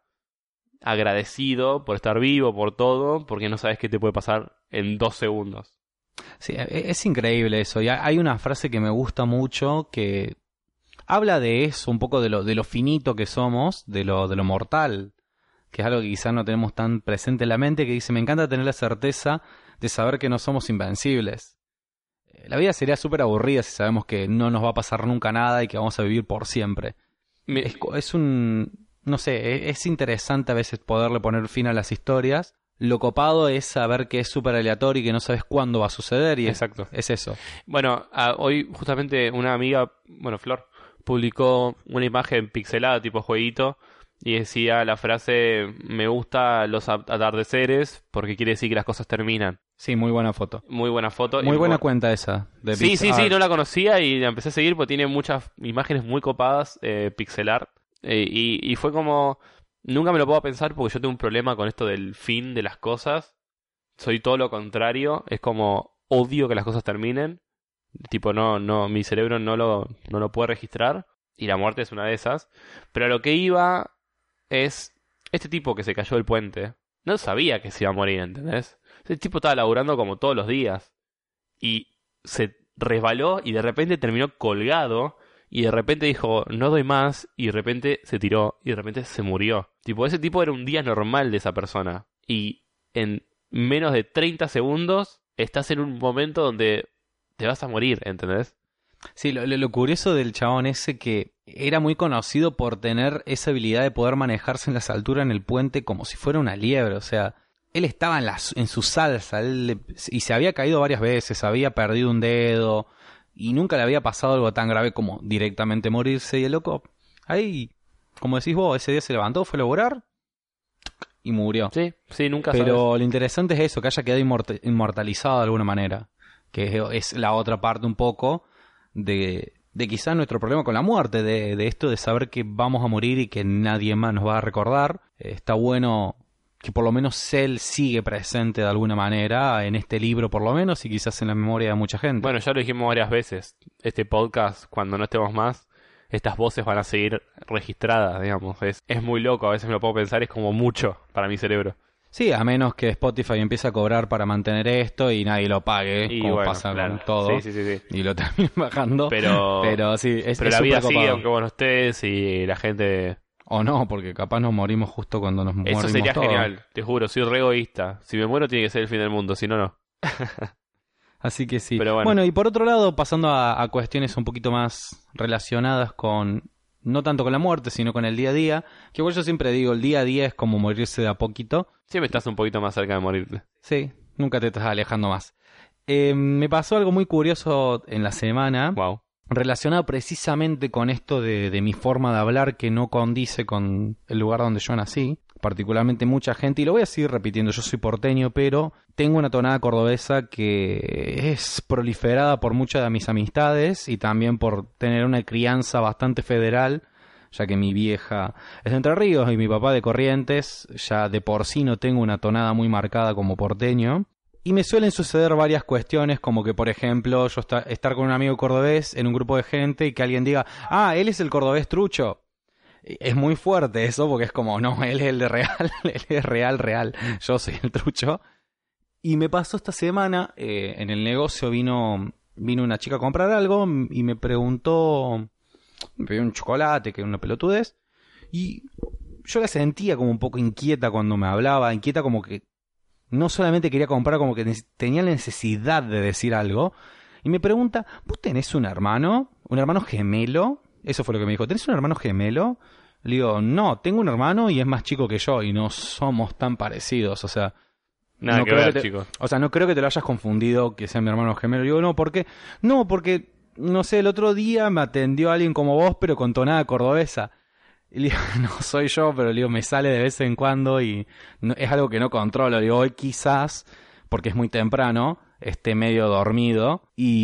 agradecido por estar vivo, por todo, porque no sabes qué te puede pasar en dos segundos. Sí, es increíble eso. Y hay una frase que me gusta mucho que habla de eso, un poco de lo, de lo finito que somos, de lo, de lo mortal, que es algo que quizás no tenemos tan presente en la mente, que dice, me encanta tener la certeza de saber que no somos invencibles. La vida sería súper aburrida si sabemos que no nos va a pasar nunca nada y que vamos a vivir por siempre. Me... Es, es un... No sé, es interesante a veces poderle poner fin a las historias. Lo copado es saber que es súper aleatorio y que no sabes cuándo va a suceder. Y exacto. Es, es eso. Bueno, a, hoy justamente una amiga, bueno, Flor, publicó una imagen pixelada tipo jueguito y decía la frase, me gusta los atardeceres porque quiere decir que las cosas terminan. Sí, muy buena foto. Muy buena foto. Muy y buena por... cuenta esa. De sí, Pix... sí, sí, no la conocía y la empecé a seguir porque tiene muchas imágenes muy copadas, eh, pixelar. Eh, y, y fue como, nunca me lo puedo pensar porque yo tengo un problema con esto del fin de las cosas. Soy todo lo contrario. Es como, odio que las cosas terminen. Tipo, no, no, mi cerebro no lo, no lo puede registrar. Y la muerte es una de esas. Pero a lo que iba es, este tipo que se cayó del puente, no sabía que se iba a morir, ¿entendés? Ese tipo estaba laburando como todos los días. Y se resbaló y de repente terminó colgado. Y de repente dijo, no doy más, y de repente se tiró, y de repente se murió. Tipo, ese tipo era un día normal de esa persona. Y en menos de treinta segundos estás en un momento donde te vas a morir, ¿entendés? Sí, lo, lo, lo curioso del chabón ese que era muy conocido por tener esa habilidad de poder manejarse en las alturas en el puente como si fuera una liebre. O sea, él estaba en, la, en su salsa, él, y se había caído varias veces, había perdido un dedo... Y nunca le había pasado algo tan grave como directamente morirse. Y el loco, ahí, como decís vos, ese día se levantó, fue a laburar y murió. Sí, sí, nunca Pero sabes. Lo interesante es eso, que haya quedado inmort- inmortalizado de alguna manera. Que es, es la otra parte un poco de, de quizás nuestro problema con la muerte. De, de esto de saber que vamos a morir y que nadie más nos va a recordar. Eh, está bueno... que por lo menos él sigue presente de alguna manera en este libro por lo menos y quizás en la memoria de mucha gente. Bueno, ya lo dijimos varias veces, este podcast, cuando no estemos más, estas voces van a seguir registradas, digamos. Es, es muy loco, a veces me lo puedo pensar, es como mucho para mi cerebro. Sí, a menos que Spotify empiece a cobrar para mantener esto y nadie lo pague, Y como bueno, pasa claro. con todo, Sí, sí, sí, sí. y lo terminen bajando. Pero, pero sí, es, pero es la vida supercopado. sigue aunque vos no estés y la gente... O no, porque capaz nos morimos justo cuando nos morimos Eso sería todos. genial, te juro, soy re egoísta. Si me muero tiene que ser el fin del mundo, si no, no. Así que sí. Pero bueno. Bueno, y por otro lado, pasando a, a cuestiones un poquito más relacionadas con, no tanto con la muerte, sino con el día a día, que igual yo siempre digo, el día a día es como morirse de a poquito. Siempre estás un poquito más cerca de morirte. Sí, nunca te estás alejando más. Eh, me pasó algo muy curioso en la semana, Wow. relacionado precisamente con esto de, de mi forma de hablar que no condice con el lugar donde yo nací. Particularmente mucha gente, y lo voy a seguir repitiendo, yo soy porteño, pero tengo una tonada cordobesa que es proliferada por muchas de mis amistades y también por tener una crianza bastante federal, ya que mi vieja es de Entre Ríos y mi papá de Corrientes, ya de por sí no tengo una tonada muy marcada como porteño. Y me suelen suceder varias cuestiones, como que, por ejemplo, yo esta- estar con un amigo cordobés en un grupo de gente y que alguien diga, ah, él es el cordobés trucho. Es muy fuerte eso, porque es como, no, él es el de real, él es real, real, yo soy el trucho. Y me pasó esta semana, eh, en el negocio vino, vino una chica a comprar algo y me preguntó, me pidió un chocolate, que era una pelotudez, y yo la sentía como un poco inquieta cuando me hablaba, inquieta como que no solamente quería comprar, como que ne- tenía la necesidad de decir algo, y me pregunta, ¿vos tenés un hermano? ¿Un hermano gemelo? Eso fue lo que me dijo, ¿tenés un hermano gemelo? Le digo, no, tengo un hermano y es más chico que yo y no somos tan parecidos, o sea... Nada no que creo ver, te- chicos. O sea, no creo que te lo hayas confundido que sea mi hermano gemelo. Le digo, no, ¿por qué? No, porque, no sé, el otro día me atendió alguien como vos, pero con tonada cordobesa. Y le digo, no soy yo, pero le digo, me sale de vez en cuando y no- es algo que no controlo. Le digo, hoy quizás, porque es muy temprano, esté medio dormido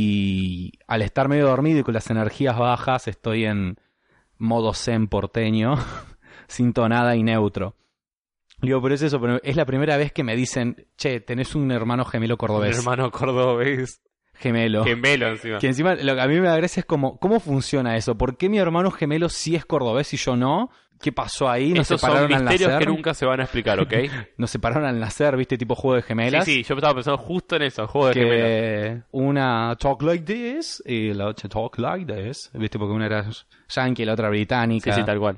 y al estar medio dormido y con las energías bajas estoy en modo zen porteño, sin tonada y neutro. Le digo, pero es eso, pero es la primera vez que me dicen, che, tenés un hermano gemelo Un cordobés. hermano cordobés. Gemelo. Gemelo encima. Que encima lo que a mí me da gracia es como, ¿cómo funciona eso? ¿Por qué mi hermano gemelo sí es cordobés y yo no? ¿Qué pasó ahí? ¿Nos Esos son separaron al misterios nacer? que nunca se van a explicar, ¿ok? Nos separaron al nacer, ¿viste? Tipo juego de Sí, gemelas. sí, yo estaba pensando justo en eso, juego de gemelas. Que una talk like this y la otra talk like this, ¿viste? Porque una era yankee y la otra británica. Sí, sí, tal cual.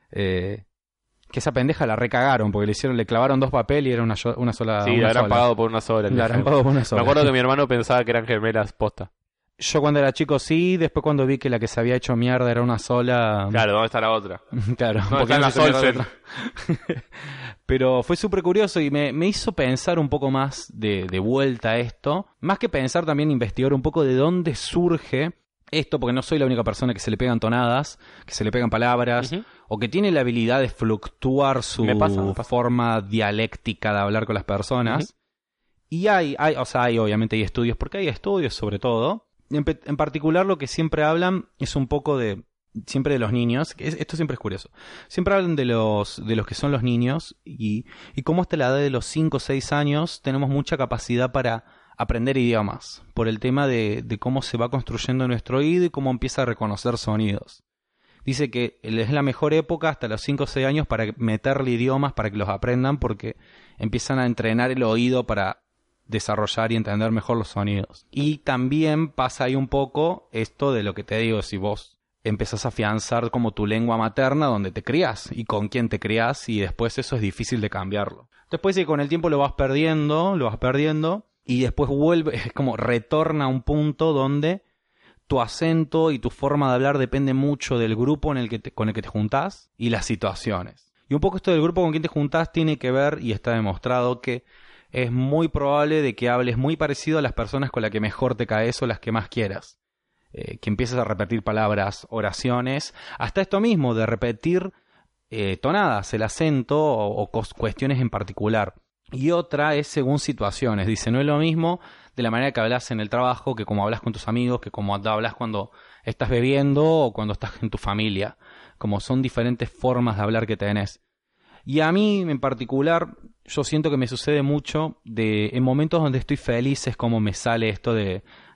Eh, que esa pendeja la recagaron porque le hicieron, le clavaron dos papeles y era una, yo- una sola. Sí, una la habrán sola. pagado por una sola. La habrán pagado por una sola. Me acuerdo que mi hermano pensaba que eran gemelas posta. Yo cuando era chico sí, después cuando vi que la que se había hecho mierda era una sola. Claro, ¿dónde está la otra? Claro, No, porque está en no la se hizo Solsen. mierda otra. Pero fue súper curioso y me, me hizo pensar un poco más de, de vuelta a esto. Más que pensar, también investigar un poco de dónde surge esto, porque no soy la única persona que se le pegan tonadas, que se le pegan palabras, Ujú. o que tiene la habilidad de fluctuar su Me pasa, me pasa. forma dialéctica de hablar con las personas. Ujú. Y hay, hay, o sea, hay obviamente hay estudios, porque hay estudios sobre todo. En, pe- en particular lo que siempre hablan es un poco de, siempre de los niños, que es- esto siempre es curioso. Siempre hablan de los, de los que son los niños y, y cómo hasta la edad de los cinco o seis años tenemos mucha capacidad para aprender idiomas, por el tema de, de cómo se va construyendo nuestro oído y cómo empieza a reconocer sonidos. Dice que es la mejor época hasta los cinco o seis años para meterle idiomas para que los aprendan porque empiezan a entrenar el oído para desarrollar y entender mejor los sonidos. Y también pasa ahí un poco esto de lo que te digo, si vos empezás a afianzar como tu lengua materna donde te criás y con quién te criás y después eso es difícil de cambiarlo. Después si con el tiempo lo vas perdiendo, lo vas perdiendo y después vuelve, es como retorna a un punto donde tu acento y tu forma de hablar depende mucho del grupo en el que te, con el que te juntás y las situaciones. Y un poco esto del grupo con quien te juntás tiene que ver, y está demostrado, que es muy probable de que hables muy parecido a las personas con las que mejor te caes o las que más quieras. Eh, que empieces a repetir palabras, oraciones, hasta esto mismo de repetir eh, tonadas, el acento o, o cos- cuestiones en particular. Y otra es según situaciones. Dice, no es lo mismo de la manera que hablas en el trabajo que como hablas con tus amigos, que como hablas cuando estás bebiendo o cuando estás en tu familia. Como son diferentes formas de hablar que tenés. Y a mí en particular, yo siento que me sucede mucho de en momentos donde estoy feliz es como me sale esto de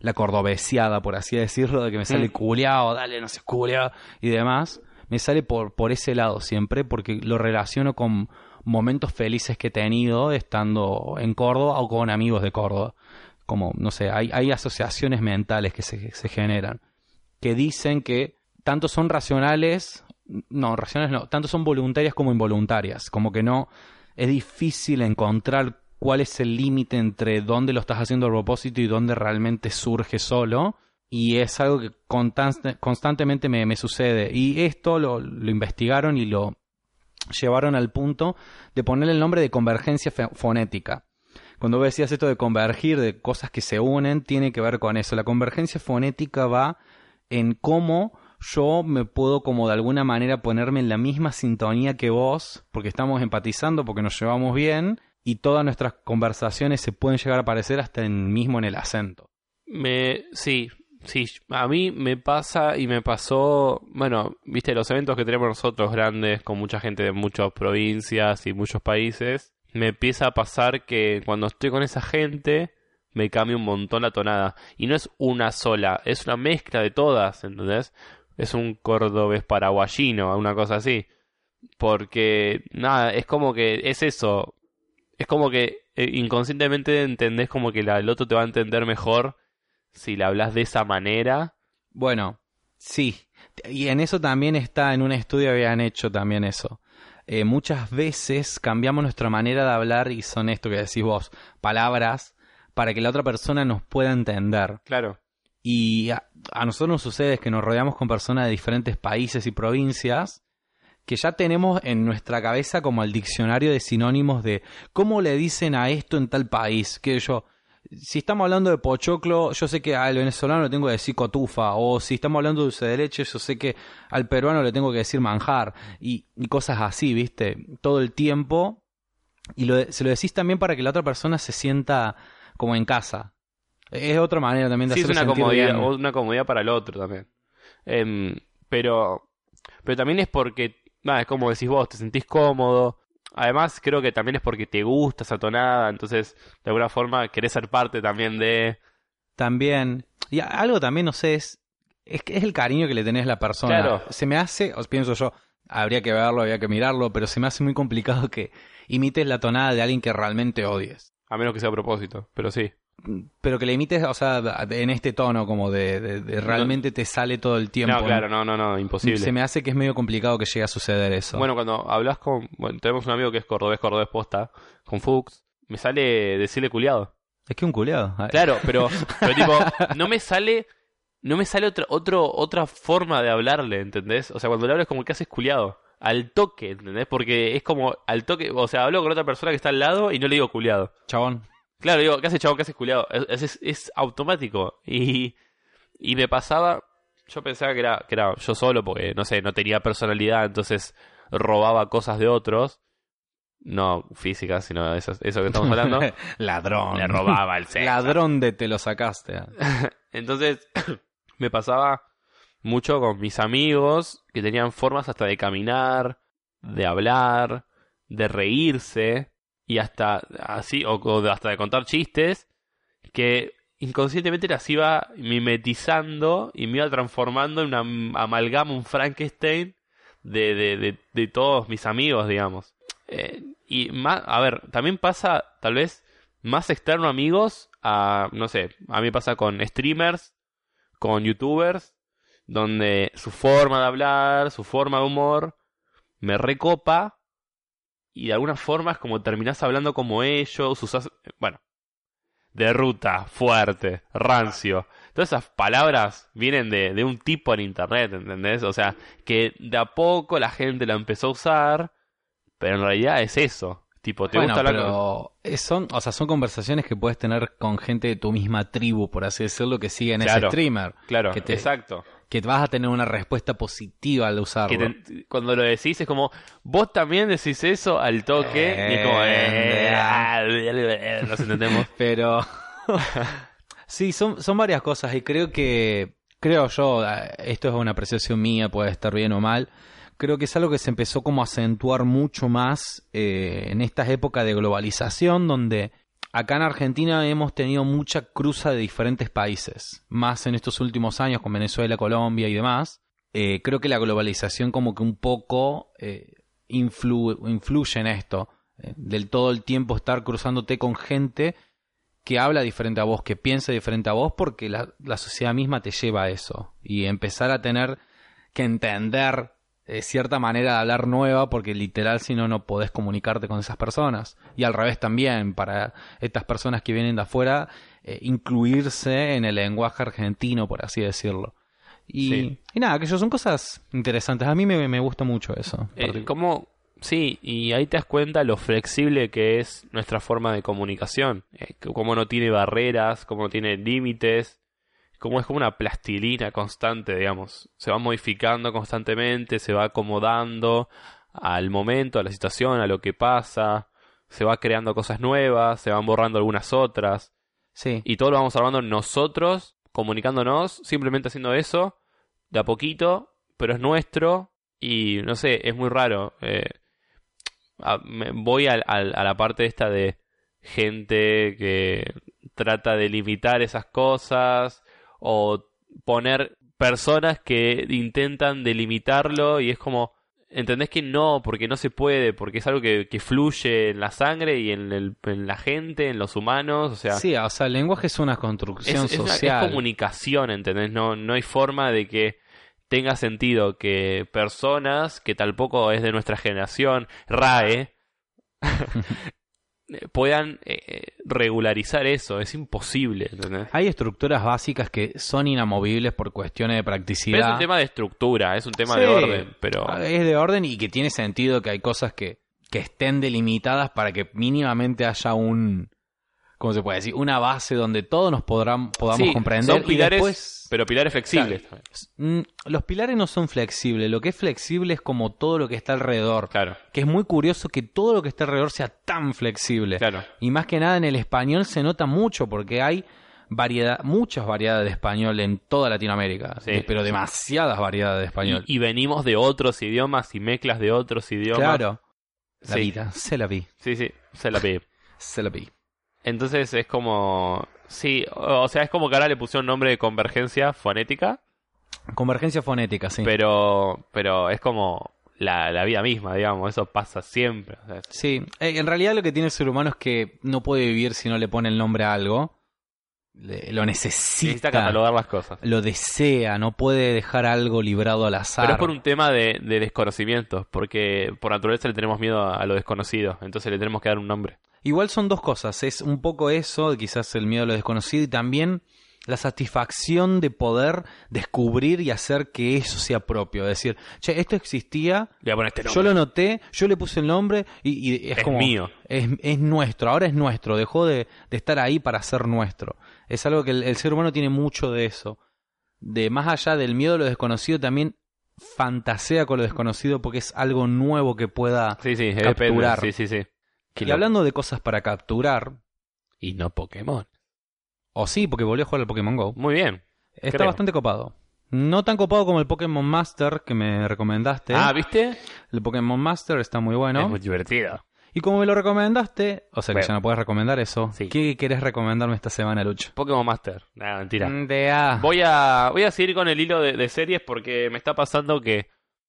la cordobesiada, por así decirlo, de que me sale Mm. culiao, dale, no sé, culiao, y demás. Me sale por, por ese lado siempre, porque lo relaciono con momentos felices que he tenido estando en Córdoba o con amigos de Córdoba. Como, no sé, hay, hay asociaciones mentales que se, se generan, que dicen que tanto son racionales, no, racionales no, tanto son voluntarias como involuntarias, como que no, es difícil encontrar cuál es el límite entre dónde lo estás haciendo a propósito y dónde realmente surge solo, y es algo que constante, constantemente me, me sucede, y esto lo, lo investigaron y lo llevaron al punto de ponerle el nombre de convergencia fe- fonética. Cuando vos decías esto de convergir, de cosas que se unen, tiene que ver con eso. La convergencia fonética va en cómo yo me puedo como de alguna manera ponerme en la misma sintonía que vos, porque estamos empatizando, porque nos llevamos bien, y todas nuestras conversaciones se pueden llegar a parecer hasta en, mismo en el acento. Me, sí, sí, a mí me pasa y me pasó, bueno, viste, los eventos que tenemos nosotros grandes, con mucha gente de muchas provincias y muchos países, me empieza a pasar que cuando estoy con esa gente me cambia un montón la tonada. Y no es una sola, es una mezcla de todas, ¿entendés? Es un cordobés paraguayino, una cosa así. Porque, nada, es como que es eso. Es como que eh, inconscientemente entendés como que la, el otro te va a entender mejor si le hablas de esa manera. Bueno, sí. Y en eso también está, en un estudio habían hecho también eso. Eh, muchas veces cambiamos nuestra manera de hablar y son esto que decís vos, palabras, para que la otra persona nos pueda entender. Claro. Y a, a nosotros nos sucede que nos rodeamos con personas de diferentes países y provincias que ya tenemos en nuestra cabeza como el diccionario de sinónimos de cómo le dicen a esto en tal país. Que yo, si estamos hablando de pochoclo, yo sé que al venezolano le tengo que decir cotufa, o si estamos hablando de dulce de leche, yo sé que al peruano le tengo que decir manjar, y, y cosas así, ¿viste? Todo el tiempo, y lo, se lo decís también para que la otra persona se sienta como en casa. Es otra manera también de Sí, es hacerlo una sentir comodidad, bien. una comodidad para el otro también. Em, pero, pero también es porque, nada, es como decís vos, te sentís cómodo. Además, creo que también es porque te gusta esa tonada, entonces, de alguna forma, querés ser parte también de... También, y a- algo también, no sé, es, es, que es el cariño que le tenés a la persona. Claro. Se me hace, os pienso yo, habría que verlo, habría que mirarlo, pero se me hace muy complicado que imites la tonada de alguien que realmente odies. A menos que sea a propósito, pero sí. Pero que le imites, o sea, en este tono, como de, de, de realmente te sale todo el tiempo. No, claro, no, no, no, imposible. Se me hace que es medio complicado que llegue a suceder eso. Bueno, cuando hablas con... Bueno, tenemos un amigo que es cordobés, cordobés posta, con Fuchs, me sale decirle culiado. Es que un culeado. Claro, pero, pero tipo, no me sale... No me sale otra, otro, otra forma de hablarle, ¿entendés? O sea, cuando le hablo es como que haces culiado. Al toque, ¿entendés? Porque es como al toque... O sea, hablo con otra persona que está al lado y no le digo culiado. Chabón. Claro, digo, ¿qué haces, chavo? ¿Qué haces, culiado? Es, es, es automático. Y, y me pasaba... Yo pensaba que era, que era yo solo porque, no sé, no tenía personalidad, entonces robaba cosas de otros. No físicas, sino eso, eso que estamos hablando. Ladrón. Le robaba el sexo. Ladrón de te lo sacaste. Entonces, me pasaba mucho con mis amigos que tenían formas hasta de caminar, de hablar, de reírse y hasta así, o, o de- hasta de contar chistes que inconscientemente las iba mimetizando y me iba transformando en una am- amalgama, un Frankenstein de, de, de, de todos mis amigos, digamos. Eh, y más, a ver, también pasa tal vez más externo a amigos a, no sé, a mí pasa con streamers, con youtubers, donde su forma de hablar, su forma de humor me recopa y de alguna forma es como terminás hablando como ellos, usás, bueno, de ruta, fuerte, rancio. Todas esas palabras vienen de, de un tipo en internet, ¿entendés? O sea, que de a poco la gente la empezó a usar, pero en realidad es eso. Tipo, ¿te Bueno, gusta hablar con- pero es- son, o sea, son conversaciones que puedes tener con gente de tu misma tribu, por así decirlo, que siguen ese Claro. streamer. Claro, que te- exacto. Que vas a tener una respuesta positiva al usarlo. Que te- cuando lo decís es como, vos también decís eso al toque, y es como, eh, ah, nos entendemos. Pero sí, son, son varias cosas y creo que, creo yo, eh, esto es una apreciación mía, puede estar bien o mal, creo que es algo que se empezó como a acentuar mucho más eh, en estas épocas de globalización donde acá en Argentina hemos tenido mucha cruza de diferentes países, más en estos últimos años con Venezuela, Colombia y demás. Eh, creo que la globalización como que un poco eh, influ- influye en esto, eh, del todo el tiempo estar cruzándote con gente que habla diferente a vos, que piensa diferente a vos, porque la, la sociedad misma te lleva a eso. Y empezar a tener que entender eh, cierta manera de hablar nueva, porque literal si no, no podés comunicarte con esas personas. Y al revés también, para estas personas que vienen de afuera, eh, incluirse en el lenguaje argentino, por así decirlo. Y, Sí. y nada, que eso son cosas interesantes. A mí me, me gusta mucho eso. Eh, ¿cómo? Sí, y ahí te das cuenta lo flexible que es nuestra forma de comunicación. Eh, que cómo no tiene barreras, cómo no tiene límites, cómo es como una plastilina constante, digamos. Se va modificando constantemente, se va acomodando al momento, a la situación, a lo que pasa. Se va creando cosas nuevas, se van borrando algunas otras. Sí. Y todo lo vamos armando nosotros, comunicándonos, simplemente haciendo eso, de a poquito, pero es nuestro. Y no sé, es muy raro. Eh, a- me- voy al- al- a la parte esta de gente que trata de limitar esas cosas o poner personas que intentan delimitarlo y es como, ¿entendés que no? Porque no se puede, porque es algo que, que fluye en la sangre y en, el- en la gente, en los humanos, o sea, Sí, o sea, el lenguaje es una es, construcción es una- es social. comunicación, ¿entendés? No, no hay forma de que tenga sentido que personas que tampoco es de nuestra generación, RAE, puedan eh, regularizar eso. Es imposible, ¿entendés? Hay estructuras básicas que son inamovibles por cuestiones de Pero es practicidad. un tema de estructura, es un tema Sí, de orden, pero es de orden y que tiene sentido que hay cosas que, que estén delimitadas para que mínimamente haya un, ¿cómo se puede decir? Una base donde todos nos podrán, podamos sí, comprender. son pilares, y después, pero pilares flexibles también. mm, los pilares no son flexibles. Lo que es flexible es como todo lo que está alrededor. Claro, Que es muy curioso que todo lo que está alrededor sea tan flexible. claro. Y más que nada en el español se nota mucho porque hay variedad, muchas variedades de español en toda Latinoamérica, Sí. de- pero demasiadas variedades de español. Y, y venimos de otros idiomas y mezclas de otros idiomas. Claro, la Sí. vida, se la vi, Sí, sí, se la pide. se la vi. Entonces es como... Sí, o o sea, es como que ahora le pusieron nombre de convergencia fonética, Convergencia fonética, sí. pero pero es como la, la vida misma, digamos, eso pasa siempre. O sea, Sí, eh, en realidad lo que tiene el ser humano es que no puede vivir si no le pone el nombre a algo. Le- lo necesita necesita, catalogar las cosas. lo desea, no puede dejar algo librado al azar. Pero es por un tema de, de desconocimiento, porque por naturaleza le tenemos miedo a, a lo desconocido, entonces le tenemos que dar un nombre. Igual son dos cosas, es un poco eso, quizás el miedo a lo desconocido y también la satisfacción de poder descubrir y hacer que eso sea propio. Es decir, che, esto existía, Le voy a poner este yo nombre. lo noté, yo le puse el nombre y, y es, Es como... mío. Es, es nuestro, ahora es nuestro, dejó de, de estar ahí para ser nuestro. Es algo que el, el ser humano tiene mucho de eso. De más allá del miedo a lo desconocido, también fantasea con lo desconocido porque es algo nuevo que pueda Sí, sí, capturar. depende. Sí, sí, sí. Y hablando de cosas para capturar, Y no Pokémon. o sí, porque volví a jugar al Pokémon Go, Muy bien. está creo. bastante copado. No tan copado como el Pokémon Master que me recomendaste. Ah, ¿viste? El Pokémon Master está muy bueno. Es muy divertido. Y como me lo recomendaste, o sea que Bueno. ya no puedes recomendar eso, Sí. ¿qué querés recomendarme esta semana, Lucho? Pokémon Master. Nah, mentira. De A. Voy a, voy a seguir con el hilo de, de series porque me está pasando que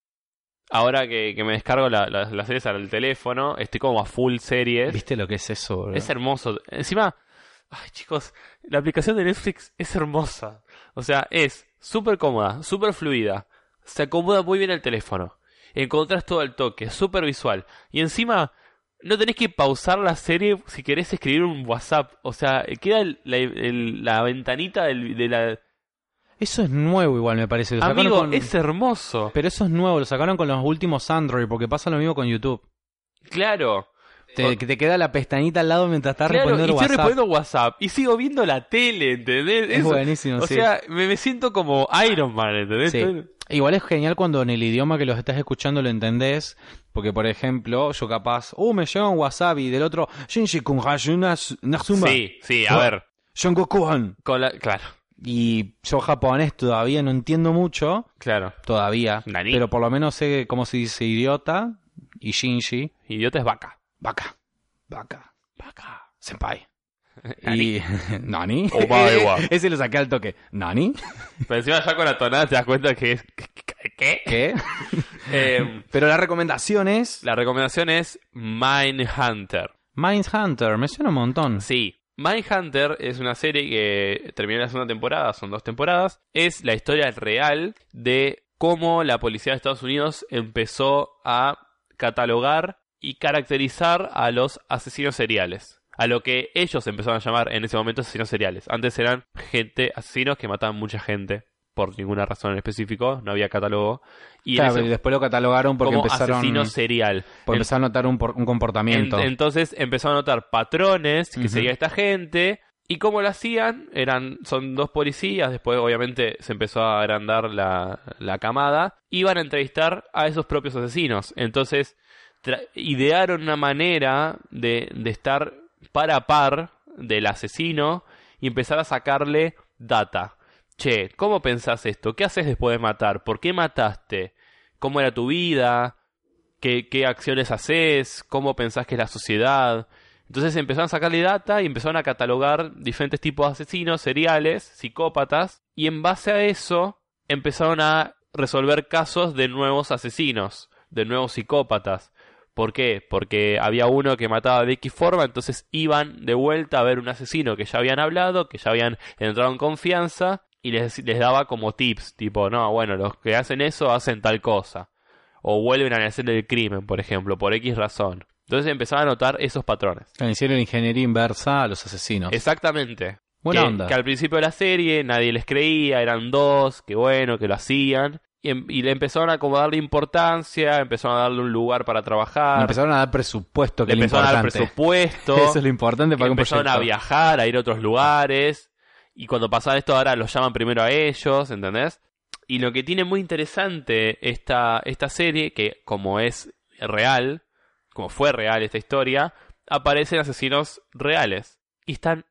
ahora que, que me descargo la- la- las series al teléfono, estoy como a full series. ¿Viste lo que es eso, bro? Es hermoso. Encima, ay chicos, la aplicación de Netflix es hermosa. O sea, es súper cómoda, súper fluida. Se acomoda muy bien el teléfono. Encontrás todo al toque, súper visual. Y encima, no tenés que pausar la serie si querés escribir un WhatsApp. O sea, queda el- la, el- la ventanita del- de la... Eso es nuevo igual, me parece. Lo sacaron Amigo, con- es hermoso. Pero eso es nuevo, lo sacaron con los últimos Android, porque pasa lo mismo con YouTube. Claro. Te, que te queda la pestañita al lado mientras estás Claro, y respondiendo estoy WhatsApp. respondiendo WhatsApp y sigo viendo la tele, ¿entendés? Es Eso- buenísimo, O sí. sea, me, me siento como Iron Man, ¿entendés? Sí. Estoy- Igual es genial cuando en el idioma que los estás escuchando lo entendés, porque por ejemplo, yo capaz, uh, me llega un WhatsApp y del otro, Shinji kun hashuna Natsuma, Sí, sí, a ver. Shongoku-han. Con la... Claro, Y yo japonés todavía no entiendo mucho, claro. todavía, Nani. pero por lo menos sé cómo se dice idiota y Shinji, Idiota es vaca. vaca, vaca, Vaca. senpai. Y... ¿Nani? Omaewa. Ese lo saqué al toque. ¿Nani? Pero encima ya con la tonada te das cuenta que es... ¿Qué? ¿Qué? Eh, Pero la recomendación es... la recomendación es Mindhunter. Mindhunter, me suena un montón. Sí. Mindhunter es una serie que terminó la segunda temporada, son dos temporadas. Es la historia real de cómo la policía de Estados Unidos empezó a catalogar y caracterizar a los asesinos seriales. A lo que ellos empezaron a llamar en ese momento asesinos seriales. Antes eran gente, asesinos que mataban mucha gente. Por ninguna razón en específico, no había catálogo. Y, claro, ese, y después lo catalogaron porque como empezaron, asesino serial. porque empezaron a notar un, por, un comportamiento. En, entonces empezaron a notar patrones que Uh-huh. seguía esta gente. Y cómo lo hacían, eran son dos policías, después obviamente se empezó a agrandar la, la camada. Iban a entrevistar a esos propios asesinos. Entonces tra- idearon una manera de, de estar par a par del asesino y empezar a sacarle data. Che, ¿cómo pensás esto? ¿Qué haces después de matar? ¿Por qué mataste? ¿Cómo era tu vida? ¿Qué, qué acciones haces? ¿Cómo pensás que es la sociedad? Entonces empezaron a sacarle data y empezaron a catalogar diferentes tipos de asesinos, seriales, psicópatas, y en base a eso empezaron a resolver casos de nuevos asesinos, de nuevos psicópatas. ¿Por qué? Porque había uno que mataba de X forma, entonces iban de vuelta a ver un asesino que ya habían hablado, que ya habían entrado en confianza, y les, les daba como tips, tipo, no, bueno, los que hacen eso hacen tal cosa. O vuelven a hacer el crimen, por ejemplo, por X razón. Entonces empezaban a notar esos patrones. Le hicieron ingeniería inversa a los asesinos. Exactamente. Buena que, onda. Que al principio de la serie nadie les creía, eran dos, que bueno, que lo hacían. Y, em- y le empezaron a como darle importancia, empezaron a darle un lugar para trabajar. Le empezaron a dar presupuesto, que le es lo empezaron a dar importante. presupuesto. Eso es lo importante para y un empezaron a proyecto. viajar, a ir a otros lugares. Y cuando pasaba esto ahora los llaman primero a ellos, ¿entendés? Y lo que tiene muy interesante esta, esta serie, que como es real, como fue real esta historia, aparecen asesinos reales. Y están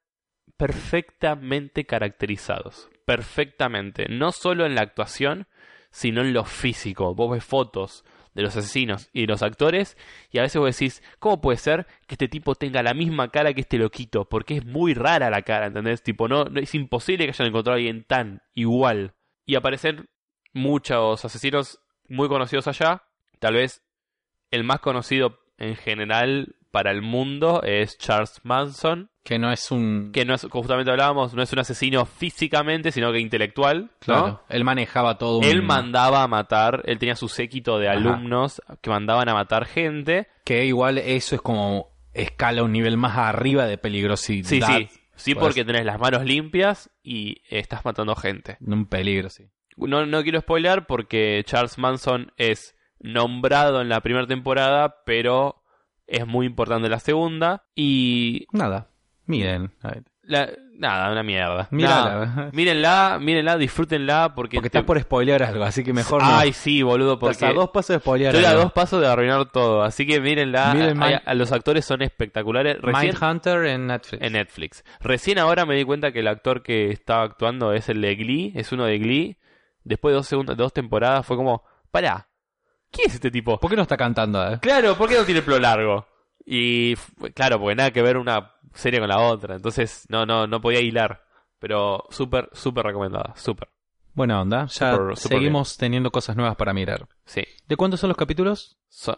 perfectamente caracterizados. Perfectamente. No solo en la actuación, sino en lo físico. Vos ves fotos de los asesinos y de los actores y a veces vos decís, ¿cómo puede ser que este tipo tenga la misma cara que este loquito? Porque es muy rara la cara, ¿entendés? Tipo, no, no es imposible que hayan encontrado a alguien tan igual. Y aparecen muchos asesinos muy conocidos allá. Tal vez el más conocido en general para el mundo es Charles Manson, Que no es un... que no es, justamente hablábamos, no es un asesino físicamente, sino que intelectual, ¿no? Claro, él manejaba todo un... Él mandaba a matar, él tenía su séquito de Ajá. alumnos que mandaban a matar gente. Que igual eso es como escala un nivel más arriba de peligrosidad. Sí, sí, sí, Pues, porque tenés las manos limpias y estás matando gente. un peligro, sí. No, no quiero spoilear porque Charles Manson es nombrado en la primera temporada, pero es muy importante en la segunda. Y Nada, miren. a ver. la, nada, una mierda. Mírala. Nada. Mírenla, mírenla, disfrútenla porque... Porque te- estás por spoilear algo, así que mejor no. Ay, sí, boludo, porque... Estás a dos pasos de spoilear Estoy a algo. dos pasos de arruinar todo, así que mírenla. Miren a, Mind- a- los actores son espectaculares. Recién Mindhunter en Netflix. en Netflix. Recién ahora me di cuenta que el actor que estaba actuando es el de Glee, es uno de Glee. Después de dos, segundos, dos temporadas fue como, pará, ¿quién es este tipo? ¿Por qué no está cantando? Eh? Claro, ¿por qué no tiene pelo largo? Y f- claro, porque nada que ver una serie con la otra, entonces no, no, no podía hilar. Pero súper, súper recomendada, súper. Buena onda. Ya Súper- súper seguimos teniendo cosas nuevas para mirar. Sí. ¿De cuántos son los capítulos? So-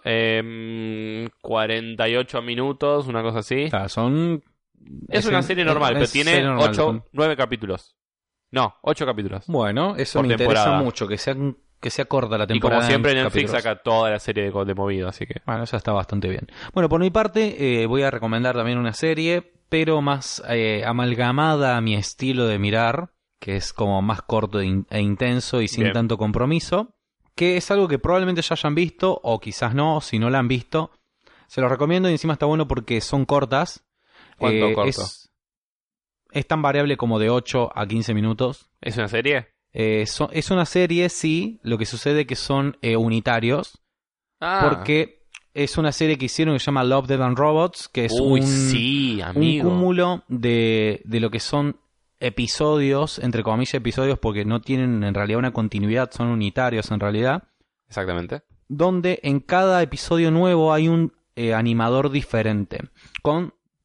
em, cuarenta y ocho minutos, una cosa así. Ah, son... Es una en- serie normal, es pero tiene serie normal, ocho, son- nueve capítulos. No, ocho capítulos. Bueno, eso Por me interesa temporada. mucho, que sea, que sea corta la Y como temporada. siempre en Netflix capítulos. saca toda la serie de, de movido, así que... Bueno, eso está bastante bien. Bueno, por mi parte, eh, voy a recomendar también una serie, pero más eh, amalgamada a mi estilo de mirar, que es como más corto e, in- e intenso y sin Bien. tanto compromiso, que es algo que probablemente ya hayan visto, o quizás no, si no la han visto. Se los recomiendo y encima está bueno porque son cortas. ¿Cuánto Eh, corto? Es, es tan variable como de ocho a quince minutos. ¿Es una serie? Eh, so- es una serie, sí, lo que sucede que son eh, unitarios, Ah. porque es una serie que hicieron que se llama Love, Death and Robots, que es Uy, un, sí, un amigo. cúmulo de, de lo que son episodios, entre comillas episodios, porque no tienen en realidad una continuidad, son unitarios en realidad, Exactamente. donde en cada episodio nuevo hay un eh, animador diferente, con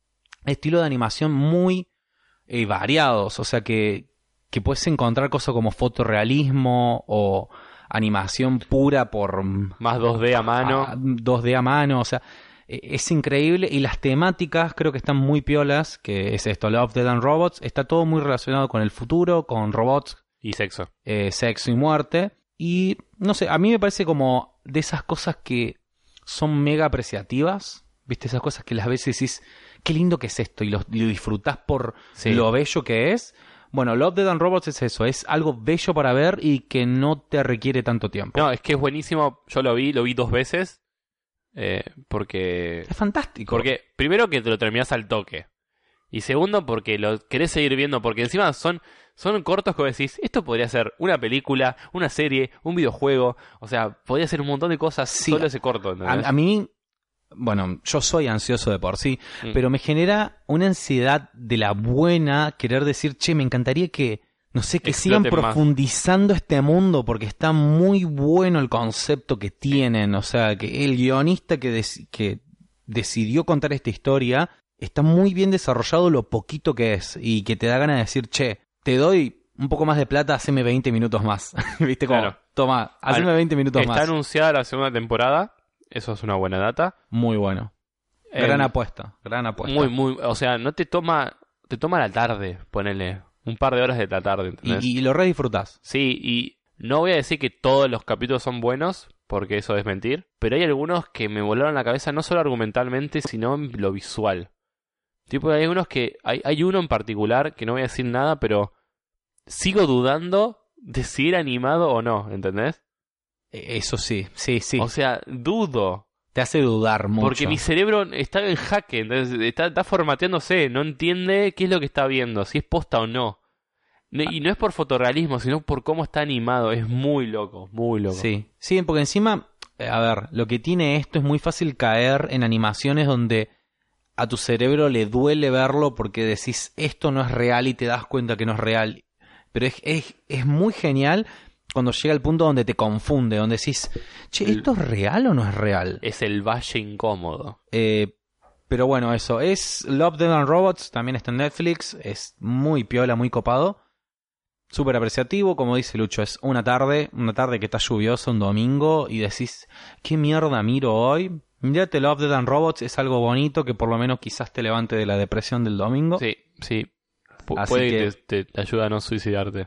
estilos de animación muy eh, variados. O sea que, que puedes encontrar cosas como fotorrealismo o animación pura por... Más dos D a mano. A, dos D a mano, o sea, es increíble. Y las temáticas creo que están muy piolas, que es esto, Love, Death and Robots. Está todo muy relacionado con el futuro, con robots. Y sexo. Eh, sexo y muerte. Y no sé, a mí me parece como de esas cosas que son mega apreciativas. ¿Viste? Esas cosas que las veces decís, qué lindo que es esto, y lo, y lo disfrutás por sí. lo bello que es. Bueno, Love, Death and Robots es eso, es algo bello para ver y que no te requiere tanto tiempo. No, es que es buenísimo, yo lo vi, lo vi dos veces, eh, porque... Es fantástico. Porque, primero que te lo terminás al toque, y segundo porque lo querés seguir viendo, porque encima son, son cortos que vos decís, esto podría ser una película, una serie, un videojuego, o sea, podría ser un montón de cosas, sí, solo ese corto, ¿entendés? A, a mí... Bueno, yo soy ansioso de por sí, mm. pero me genera una ansiedad de la buena querer decir, che, me encantaría que, no sé, que Exploten sigan profundizando más. Este mundo, porque está muy bueno el concepto que tienen. O sea, que el guionista que, dec- que decidió contar esta historia está muy bien desarrollado lo poquito que es, y que te da ganas de decir, che, te doy un poco más de plata, haceme veinte minutos más. ¿Viste? Como, claro. Toma, haceme veinte minutos está más. Está anunciada la segunda temporada. Eso es una buena data. Muy bueno. Gran eh, apuesta, gran apuesta. Muy, muy, o sea, no te toma, te toma la tarde, ponele, un par de horas de la tarde, ¿entendés? Y, y lo re disfrutás. Sí, y no voy a decir que todos los capítulos son buenos, porque eso es mentir, pero hay algunos que me volaron la cabeza no solo argumentalmente, sino en lo visual. Tipo, hay algunos que, hay, hay uno en particular, que no voy a decir nada, pero sigo dudando de si era animado o no, ¿entendés? Eso sí, sí, sí. O sea, dudo. Te hace dudar mucho. Porque mi cerebro está en jaque, entonces está, está formateándose, no entiende qué es lo que está viendo, si es posta o no. Y no es por fotorrealismo, sino por cómo está animado. Es muy loco, muy loco. Sí, sí, porque encima, a ver, lo que tiene esto es muy fácil caer en animaciones donde a tu cerebro le duele verlo porque decís, esto no es real, y te das cuenta que no es real. Pero es, es, es muy genial cuando llega el punto donde te confunde, donde decís, che, ¿esto es real o no es real? Es el valle incómodo. Eh, pero bueno, eso. Es Love, Death and Robots, también está en Netflix. Es muy piola, muy copado. Súper apreciativo, como dice Lucho. Es una tarde, una tarde que está lluviosa, un domingo, y decís, ¿qué mierda miro hoy? Mirate Love, Death and Robots, es algo bonito que por lo menos quizás te levante de la depresión del domingo. Sí, sí. P- puede que, que te, te ayude a no suicidarte.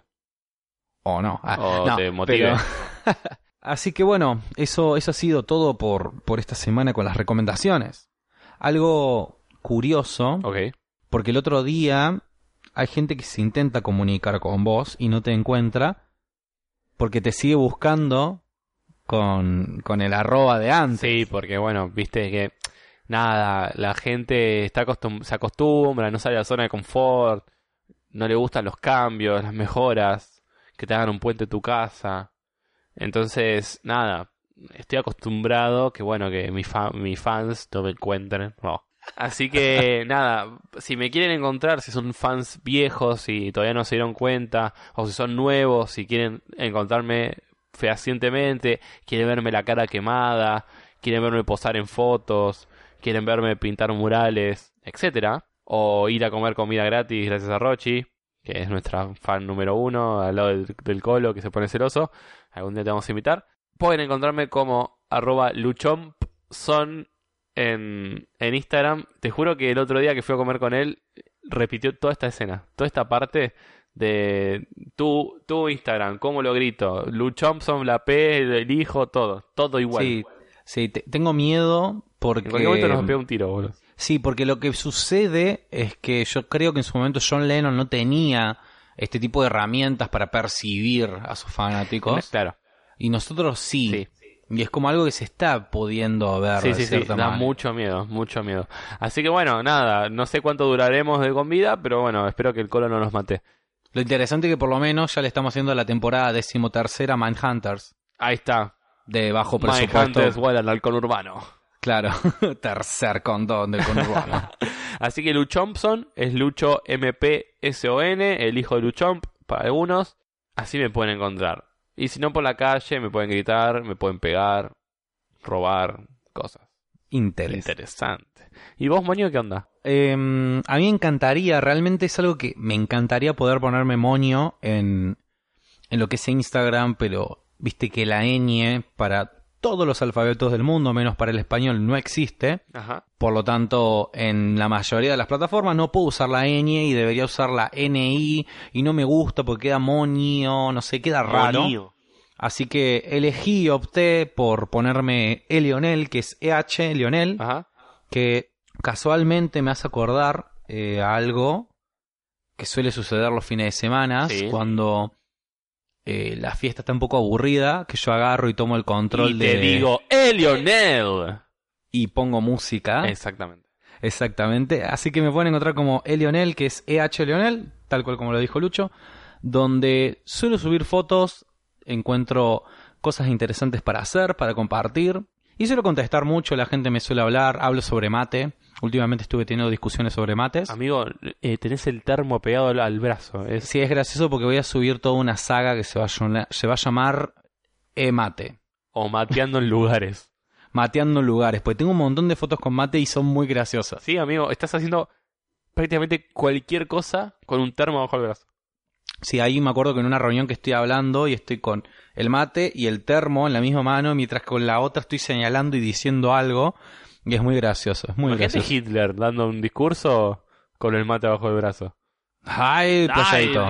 O no. Ah, o no, te motive. Pero... Así que bueno, eso, eso ha sido todo por, por esta semana con las recomendaciones. Algo curioso, okay. Porque el otro día hay gente que se intenta comunicar con vos y no te encuentra porque te sigue buscando con, con el arroba de antes. Sí, porque bueno, viste que nada, la gente está acostum- se acostumbra, no sale de la zona de confort, no le gustan los cambios, las mejoras, que te hagan un puente a tu casa. Entonces, nada, estoy acostumbrado que bueno, que mis fa- mis fans no me encuentren. No. Así que nada, si me quieren encontrar, si son fans viejos y todavía no se dieron cuenta, o si son nuevos, si quieren encontrarme fehacientemente, quieren verme la cara quemada, quieren verme posar en fotos, quieren verme pintar murales, etcétera, o ir a comer comida gratis gracias a Rochi, que es nuestra fan número uno, al lado del, del Colo, que se pone celoso. Algún día te vamos a invitar. Pueden encontrarme como arroba luchompson en, en Instagram. Te juro que el otro día que fui a comer con él, repitió toda esta escena, toda esta parte de tu, tu Instagram, cómo lo grito, Luchompson, la P, el hijo, todo, todo igual. Sí, sí, te, tengo miedo porque... En cualquier momento nos pega un tiro, boludo. Sí, porque lo que sucede es que yo creo que en su momento John Lennon no tenía este tipo de herramientas para percibir a sus fanáticos. Claro. Y nosotros sí. Sí. Y es como algo que se está pudiendo ver. Sí, de sí, sí. Da manera. mucho miedo, mucho miedo. Así que bueno, nada, no sé cuánto duraremos de con vida, pero bueno, espero que el Colo no nos mate. Lo interesante es que por lo menos ya le estamos haciendo la temporada decimotercera Mindhunters. Ahí está. De bajo presupuesto. Mindhunters, igual al halcón urbano. Claro, tercer condón del conurbano. Así que Luchompson es Lucho M P S O N, el hijo de Luchomp para algunos. Así me pueden encontrar. Y si no, por la calle me pueden gritar, me pueden pegar, robar, cosas. interés. Interesante. ¿Y vos, moño, qué onda? Eh, a mí me encantaría, realmente es algo que me encantaría poder ponerme moño en, en lo que es Instagram, pero viste que la ñ para todos los alfabetos del mundo, menos para el español, no existe. Ajá. Por lo tanto, en la mayoría de las plataformas no puedo usar la ñ y debería usar la ni, y no me gusta porque queda moño, no sé, queda raro. Moño. Así que elegí y opté por ponerme Elionel, que es E H, Lionel, Ajá. que casualmente me hace acordar eh, a algo que suele suceder los fines de semana, Sí. cuando eh, la fiesta está un poco aburrida, que yo agarro y tomo el control Y de... te digo, ¡eh, Lionel! y pongo música. Exactamente. Exactamente. Así que me pueden encontrar como Elionel, que es E H Lionel, tal cual como lo dijo Lucho, donde suelo subir fotos, encuentro cosas interesantes para hacer, para compartir, y suelo contestar mucho, la gente me suele hablar, hablo sobre mate. Últimamente estuve teniendo discusiones sobre mates. Amigo, eh, tenés el termo pegado al, al brazo. Es... Sí, es gracioso porque voy a subir toda una saga que se va a, llamar- se va a llamar E-Mate. O mateando en lugares. Mateando en lugares, porque tengo un montón de fotos con mate y son muy graciosas. Sí, amigo, estás haciendo prácticamente cualquier cosa con un termo bajo el brazo. Sí, ahí me acuerdo que en una reunión que estoy hablando y estoy con el mate y el termo en la misma mano, mientras que con la otra estoy señalando y diciendo algo, y es muy gracioso, es muy Imagínate gracioso. Hitler dando un discurso con el mate bajo el brazo. ¡Ay, playadito!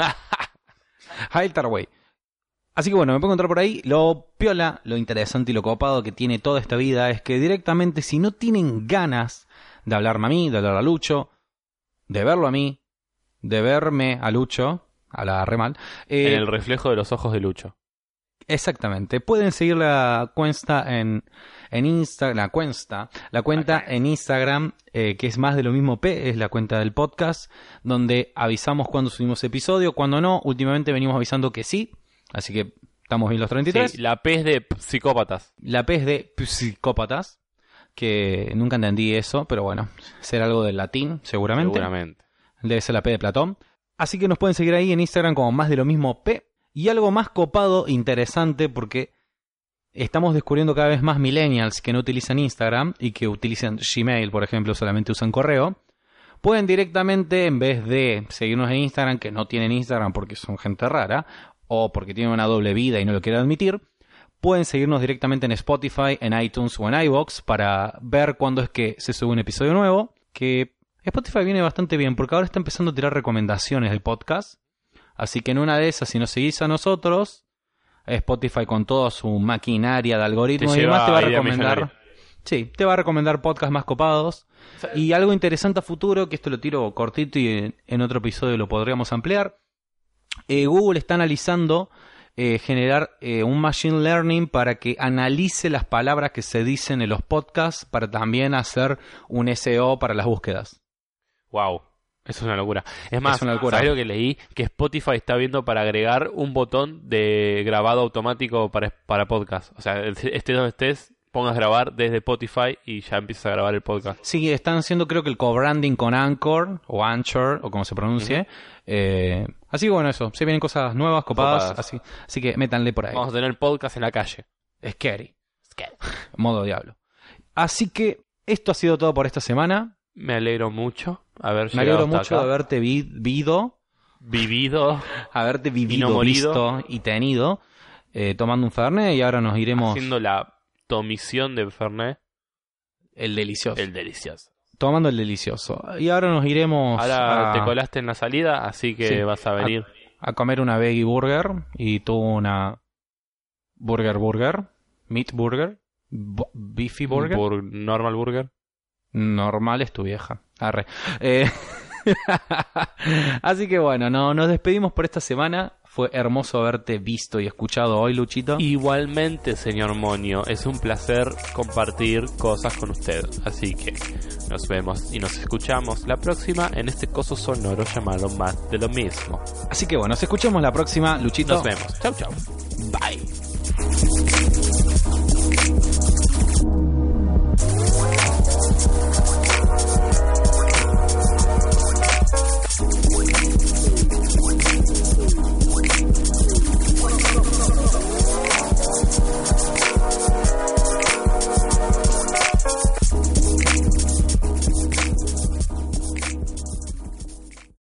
¡Ay, Tarway! Así que bueno, me puedo encontrar por ahí. Lo piola, lo interesante y lo copado que tiene toda esta vida es que directamente, si no tienen ganas de hablarme a mí, de hablar a Lucho, de verlo a mí, de verme a Lucho, a la re mal, eh, En el reflejo de los ojos de Lucho. exactamente, pueden seguir la cuenta en, en Instagram, la cuenta, la cuenta en Instagram, eh, que es más de lo mismo P, es la cuenta del podcast, donde avisamos cuando subimos episodio, cuando no. Últimamente venimos avisando que sí, así que estamos bien los treinta y tres. Sí, la P es de psicópatas. La P es de psicópatas, que nunca entendí eso, pero bueno, será algo del latín, seguramente. Seguramente. Debe ser la P de Platón. Así que nos pueden seguir ahí en Instagram como más de lo mismo P. Y algo más copado, interesante, porque estamos descubriendo cada vez más millennials que no utilizan Instagram y que utilizan Gmail, por ejemplo, solamente usan correo. Pueden directamente, en vez de seguirnos en Instagram, que no tienen Instagram porque son gente rara, o porque tienen una doble vida y no lo quieren admitir, pueden seguirnos directamente en Spotify, en iTunes o en iVoox para ver cuándo es que se sube un episodio nuevo. Que Spotify viene bastante bien porque ahora está empezando a tirar recomendaciones del podcast. Así que en una de esas, si nos seguís a nosotros, Spotify con toda su maquinaria de algoritmos y demás te va a recomendar. Sí, te va a recomendar podcasts más copados. Y algo interesante a futuro, que esto lo tiro cortito y en, en otro episodio lo podríamos ampliar. Eh, Google está analizando eh, generar eh, un machine learning para que analice las palabras que se dicen en los podcasts para también hacer un S E O para las búsquedas. Wow. Eso es una locura. Es más, Es una locura. ¿sabes lo que leí? Que Spotify está viendo para agregar un botón de grabado automático para, para podcast. O sea, estés donde estés, pongas grabar desde Spotify y ya empiezas a grabar el podcast. Sí, están haciendo creo que el co-branding con Anchor o Anchor o como se pronuncie. Uh-huh. eh, así que bueno, eso. Se vienen cosas nuevas, copadas. copadas. Así, así que métanle por ahí. Vamos a tener podcast en la calle. Scary. Scary. Modo diablo. Así que esto ha sido todo por esta semana. Me alegro mucho haber Me llegado alegro hasta mucho acá. de haberte vi- vivido, vivido, haberte vivido, y no morido. visto y tenido, eh, tomando un Fernet, y ahora nos iremos... Haciendo la tomisión de Fernet. El delicioso. El delicioso. Tomando el delicioso. Y ahora nos iremos Ahora a, te colaste en la salida, así que Sí, vas a venir. a comer una veggie burger, y tú una burger burger, meat burger, bo- beefy burger. Bur- normal burger. Normal es tu vieja. Arre. Eh, Así que bueno, no, nos despedimos por esta semana. Fue hermoso haberte visto y escuchado hoy, Luchito. Igualmente, señor Moño, es un placer compartir cosas con usted. Así que nos vemos y nos escuchamos la próxima en este coso sonoro llamado Más de lo Mismo. Así que bueno, nos escuchamos la próxima, Luchito. Nos vemos. Chau, chau. Bye.